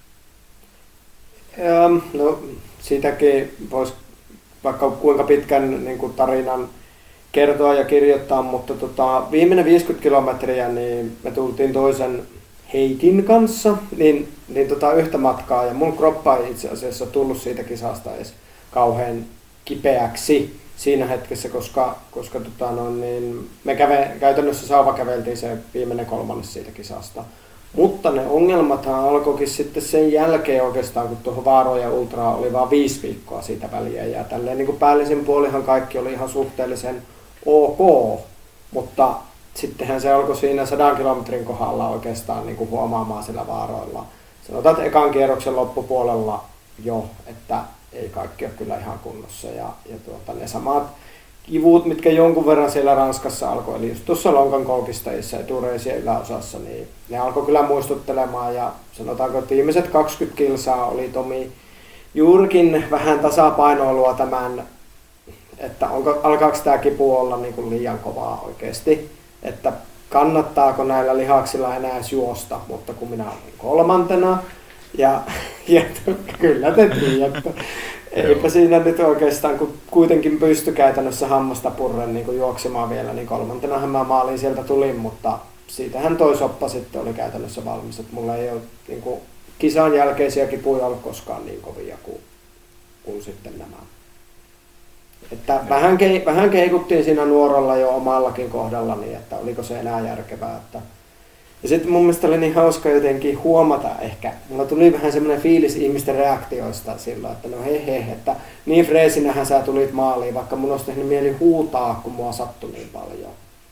No siitäkin voisi vaikka kuinka pitkän niin kuin tarinan kertoa ja kirjoittaa, mutta viimeinen 50 kilometriä niin me tultiin toisen Heikin kanssa niin yhtä matkaa ja mun kroppa ei itse asiassa tullut siitä kisasta edes kauhean kipeäksi siinä hetkessä, koska me käytännössä sauvakäveltiin se viimeinen kolmannes siitä kisasta. Mutta ne ongelmathan alkoikin sitten sen jälkeen oikeastaan, kun tuohon Vaaroon ja Ultraan oli vain 5 viikkoa siitä väliä. Ja tälleen niin kuin päällisin puolihan kaikki oli ihan suhteellisen ok, mutta sittenhän se alkoi siinä 100 kilometrin kohdalla oikeastaan niin kuin huomaamaan sillä Vaaroilla. Sanotaan, että ekan kierroksen loppupuolella jo, että ei kaikki ole kyllä ihan kunnossa. Ja ne samat kivut, mitkä jonkun verran siellä Ranskassa alkoi, eli just tuossa lonkan koukistajissa etureisien yläosassa, niin ne alkoi kyllä muistuttelemaan ja sanotaanko, että viimeiset 20 kilsaa oli Tomi juurikin vähän tasapainoilua tämän, että alkaako tämä kipu olla niin kuin liian kovaa oikeasti, että kannattaako näillä lihaksilla enää juosta, mutta kun minä olin kolmantena ja kyllä te tiedätte. Eipä siinä nyt oikeastaan, kun kuitenkin pysty käytännössä hammasta purren niin juoksemaan vielä, niin kolmantenahan mä maaliin sieltä tulin, mutta siitähän toi soppa sitten oli käytännössä valmis. Että mulla ei ole niin kuin, kisan jälkeisiä kipuja ollut koskaan niin kovia kuin sitten nämä. Että vähän keikuttiin siinä nuoralla jo omallakin kohdalla, niin että oliko se enää järkevää. Ja sitten mun mielestä oli niin hauska jotenkin huomata ehkä, mulla tuli vähän semmoinen fiilis ihmisten reaktioista silloin, että no he, että niin freesinähän sä tulit maaliin, vaikka mun olisi tehnyt mieli huutaa, kun mua sattui niin paljon.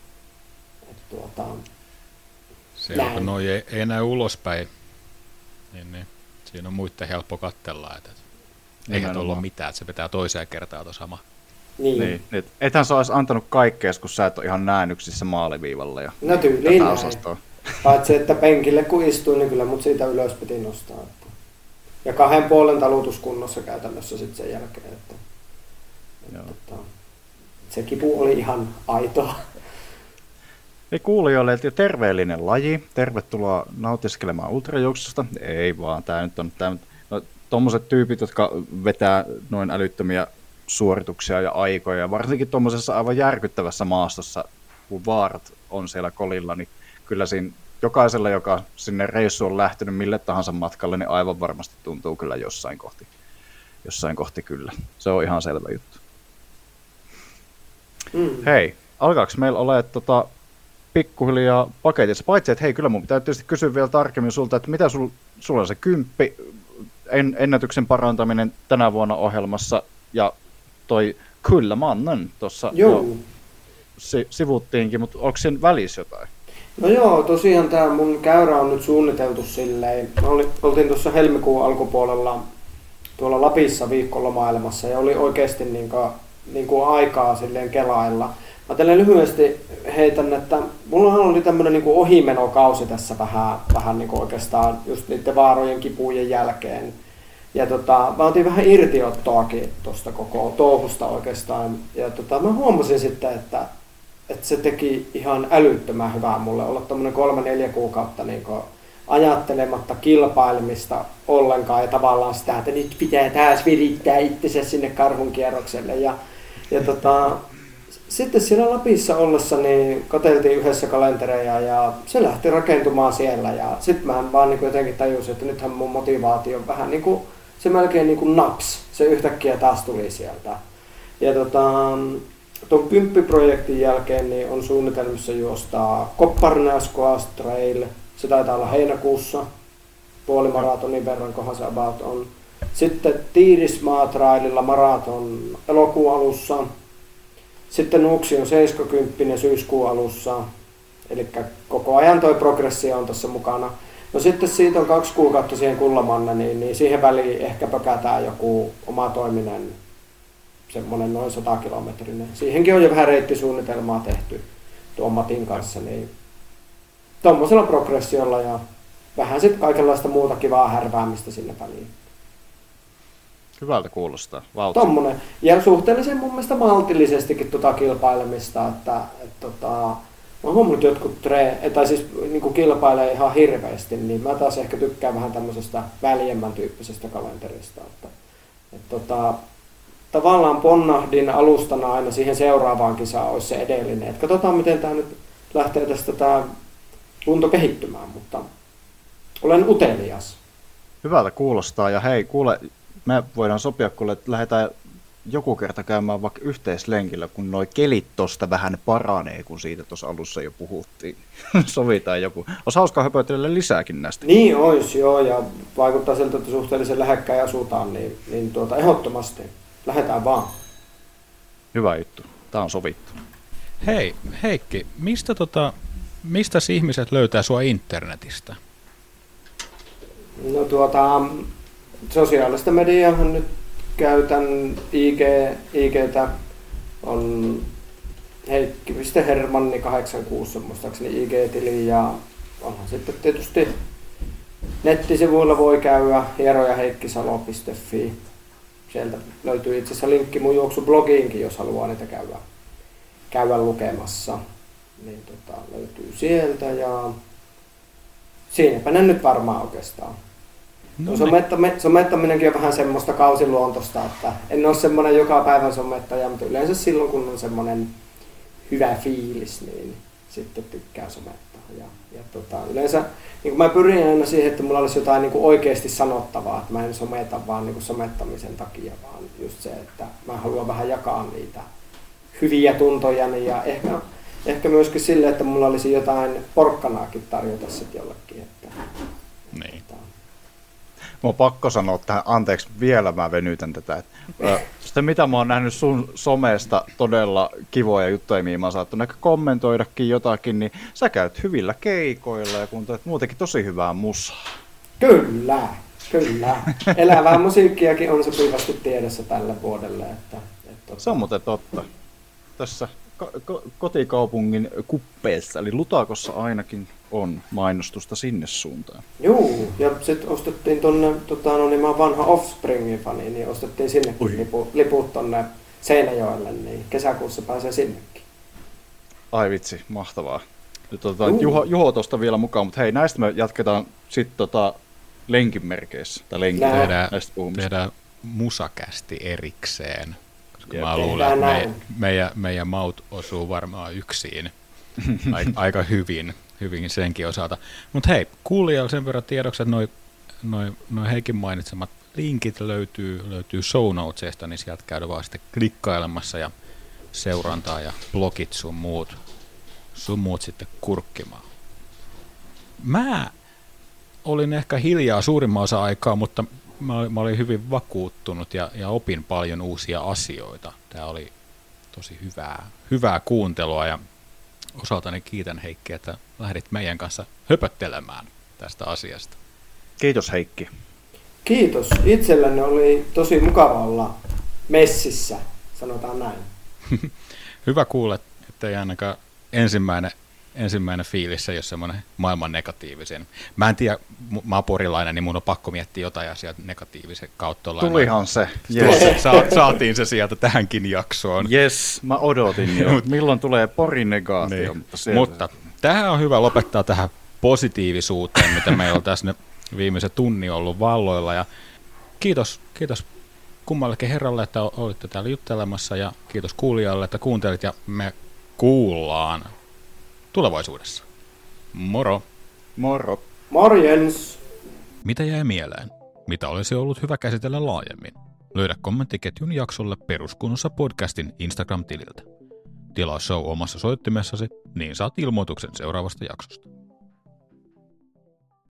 Se on, kun noi ei näy ulospäin, niin siinä on muiden helppo katsella, että eihän tuolla ole mitään, että se pitää toiseen kertaa tuo sama. Niin. Ethän sä olisi antanut kaikkea, kun sä et ole ihan näännyksissä maaliviivalla ja no tyyliin tätä osastoa. Paitsi, että penkille kun istuin, niin kyllä mut siitä ylös piti nostaa. Ja 2,5 talutuskunnossa käytännössä sitten sen jälkeen. Se kipu oli ihan aitoa. Ei kuulijoille, että terveellinen laji. Tervetuloa nautiskelemaan ultrajuoksusta. Ei vaan, tää nyt on tommoset tyypit, jotka vetää noin älyttömiä suorituksia ja aikoja. Ja varsinkin tuommoisessa aivan järkyttävässä maastossa, kun vaarat on siellä kolilla, niin kyllä siinä jokaisella, joka sinne reissuun on lähtenyt mille tahansa matkalle, niin aivan varmasti tuntuu kyllä jossain kohti kyllä. Se on ihan selvä juttu. Hei, alkaako meillä ole pikkuhiljaa paketissa? Paitsi, että hei, kyllä mun pitää tietysti kysyä vielä tarkemmin sulta, että mitä sulla on se 10 ennätyksen parantaminen tänä vuonna ohjelmassa ja toi kyllä mannen tuossa jo sivuttiinkin, mutta onko siinä välissä jotain? No joo, tosiaan tämä mun käyrä on nyt suunniteltu silleen. Oltiin tuossa helmikuun alkupuolella tuolla Lapissa viikkolomailemassa ja oli oikeasti niin kuin aikaa silleen kelailla. Mä tälle lyhyesti heitän, että mullahan oli tämmönen niin kuin ohimenokausi tässä vähän niin kuin oikeastaan just niiden vaarojen kipujen jälkeen. Ja mä otin vähän irtiottoakin tuosta koko touhusta oikeastaan. Ja mä huomasin sitten, että se teki ihan älyttömän hyvää mulle olla tommonen 3-4 kuukautta niin ajattelematta kilpailemista ollenkaan ja tavallaan sitä, että nyt pitää taas virittää itsensä sinne karhunkierrokselle. Ja sitten siellä Lapissa ollessa niin katseltiin yhdessä kalentereja ja se lähti rakentumaan siellä ja sitten mä vaan niin jotenkin tajusin, että nythän mun motivaatio on vähän niin kuin, se melkein niin kuin naps, se yhtäkkiä taas tuli sieltä. Ja tuon Kymppi-projektin jälkeen niin on suunnitelmissa juostaa Kopparnäskoas Trail, se taitaa olla heinäkuussa, puolimaratonin verran, kohan se about on. Sitten Tiirismaa Traililla maraton elokuun alussa. Sitten Nuuksi on 70 syyskuun alussa, eli koko ajan toi progressio on tässä mukana. No sitten siitä on 2 kuukautta siihen Kullamanna, niin siihen väliin ehkä pökätään joku oma toiminen, semmoinen noin 100 kilometrinen. Siihenkin on jo vähän reittisuunnitelmaa tehty tuon Matin kanssa, niin tommosella progressiolla ja vähän sitten kaikenlaista muuta kivaa härväämistä sinne väliin. Hyvältä kuulostaa. Tommonen. Ja suhteellisen mun mielestä maltillisestikin kilpailemista, että mä oon huomannut, että jotkut niin kilpailee ihan hirveästi, niin mä taas ehkä tykkään vähän tämmöisestä väljemmän tyyppisestä kalenterista. Tavallaan ponnahdin alustana aina siihen seuraavaan kisaan olisi se edellinen. Et katsotaan, miten tämä nyt lähtee tästä tämä kunto kehittymään, mutta olen utelias. Hyvältä kuulostaa ja hei, kuule, me voidaan sopia, kuule, että lähdetään joku kerta käymään vaikka yhteislenkillä, kun noi kelit tosta vähän paranee, kun siitä tuossa alussa jo puhuttiin. Sovitaan joku. Olisi hauskaa höpötellä lisääkin näistä. Niin olisi, joo, ja vaikuttaa siltä, että suhteellisen lähekkäin asutaan, niin ehdottomasti. Lähdetään vaan. Hyvä juttu. Tää on sovittu. Hei, Heikki, mistä ihmiset löytää sua internetistä? No sosiaalista mediaahan nyt käytän IGtä on Heikki.Hermanni 86 muistaakseni IG-tili ja onhan sitten tietysti nettisivuilla voi käydä hierojaheikkisalo.fi. Sieltä löytyy itse asiassa linkki mun juoksublogiinkin, jos haluaa niitä käydä lukemassa. Niin löytyy sieltä ja siinäpä ne nyt varmaan oikeastaan. No, somettaminenkin on vähän semmoista kausiluontosta, että en ole semmoinen joka päivän somettaja, mutta yleensä silloin kun on semmoinen hyvä fiilis, niin sitten tykkää somettaa. Yleensä niin mä pyrin aina siihen, että mulla olisi jotain niin kuin oikeasti sanottavaa, että mä en someta vaan niin kuin somettamisen takia, vaan just se, että mä haluan vähän jakaa niitä hyviä tuntojani ja ehkä myöskin sille, että mulla olisi jotain porkkanaakin tarjota sitten jollekin. Niin. Mun on pakko sanoa tähän, anteeksi vielä mä venytän tätä. Sitten mitä mä oon nähnyt sun somesta todella kivoja juttuja, mihin mä oon saattanut ehkä kommentoidakin jotakin, niin sä käyt hyvillä keikoilla ja kun teet muutenkin tosi hyvää musaa. Kyllä. Elävää musiikkiakin on sopivasti tiedossa tälle vuodelle. Se on muuten totta. Tässä kotikaupungin kuppeessa, eli Lutakossa ainakin on mainostusta sinne suuntaan. Juu, ja sitten ostettiin tonne, mä oon vanha Offspringin fani, niin ostettiin sinnekin liput tonne Seinäjoelle, niin kesäkuussa pääsee sinnekin. Ai vitsi, mahtavaa. Nyt otetaan Juho tosta vielä mukaan, mutta hei, näistä me jatketaan sitten lenkin merkeissä. Tehdään musakästi erikseen. Koska mä luulen, että meidän maut osuu varmaan yksin aika hyvin senkin osalta. Mutta hei, kuulijoilla sen verran tiedoksi, että noi Heikin mainitsemat linkit löytyy show notesista, niin sieltä käydään vaan sitten klikkailemassa ja seurantaa ja blogit sun muut sitten kurkkimaan. Mä olin ehkä hiljaa suurimman osa aikaa, mutta mä olin hyvin vakuuttunut ja opin paljon uusia asioita. Tämä oli tosi hyvää kuuntelua ja osaltani kiitän Heikki, että lähdit meidän kanssa höpöttelemään tästä asiasta. Kiitos Heikki. Kiitos. Itsellenne oli tosi mukava olla messissä, sanotaan näin. Hyvä kuulla, että ei ainakaan ensimmäinen fiilis ei ole semmoinen maailman negatiivisen. Mä en tiedä, mä oon porilainen, niin mun on pakko miettiä jotain asiaa negatiivisen kautta. Tulihan se. Yes. Saatiin se sieltä tähänkin jaksoon. Yes, mä odotin jo. Milloin tulee Porin negaatio? Niin. Mutta tähän on hyvä lopettaa tähän positiivisuuteen, mitä meillä on tässä viimeisen tunnin ollut valloilla. Ja kiitos kummallekin herralle, että olitte täällä juttelemassa ja kiitos kuulijalle, että kuuntelit ja me kuullaan tulevaisuudessa. Moro! Moro! Morjens! Mitä jäi mieleen? Mitä olisi ollut hyvä käsitellä laajemmin? Löydä kommenttiketjun jaksolle Peruskunnossa podcastin Instagram-tililtä. Tilaa show omassa soittimessasi, niin saat ilmoituksen seuraavasta jaksosta.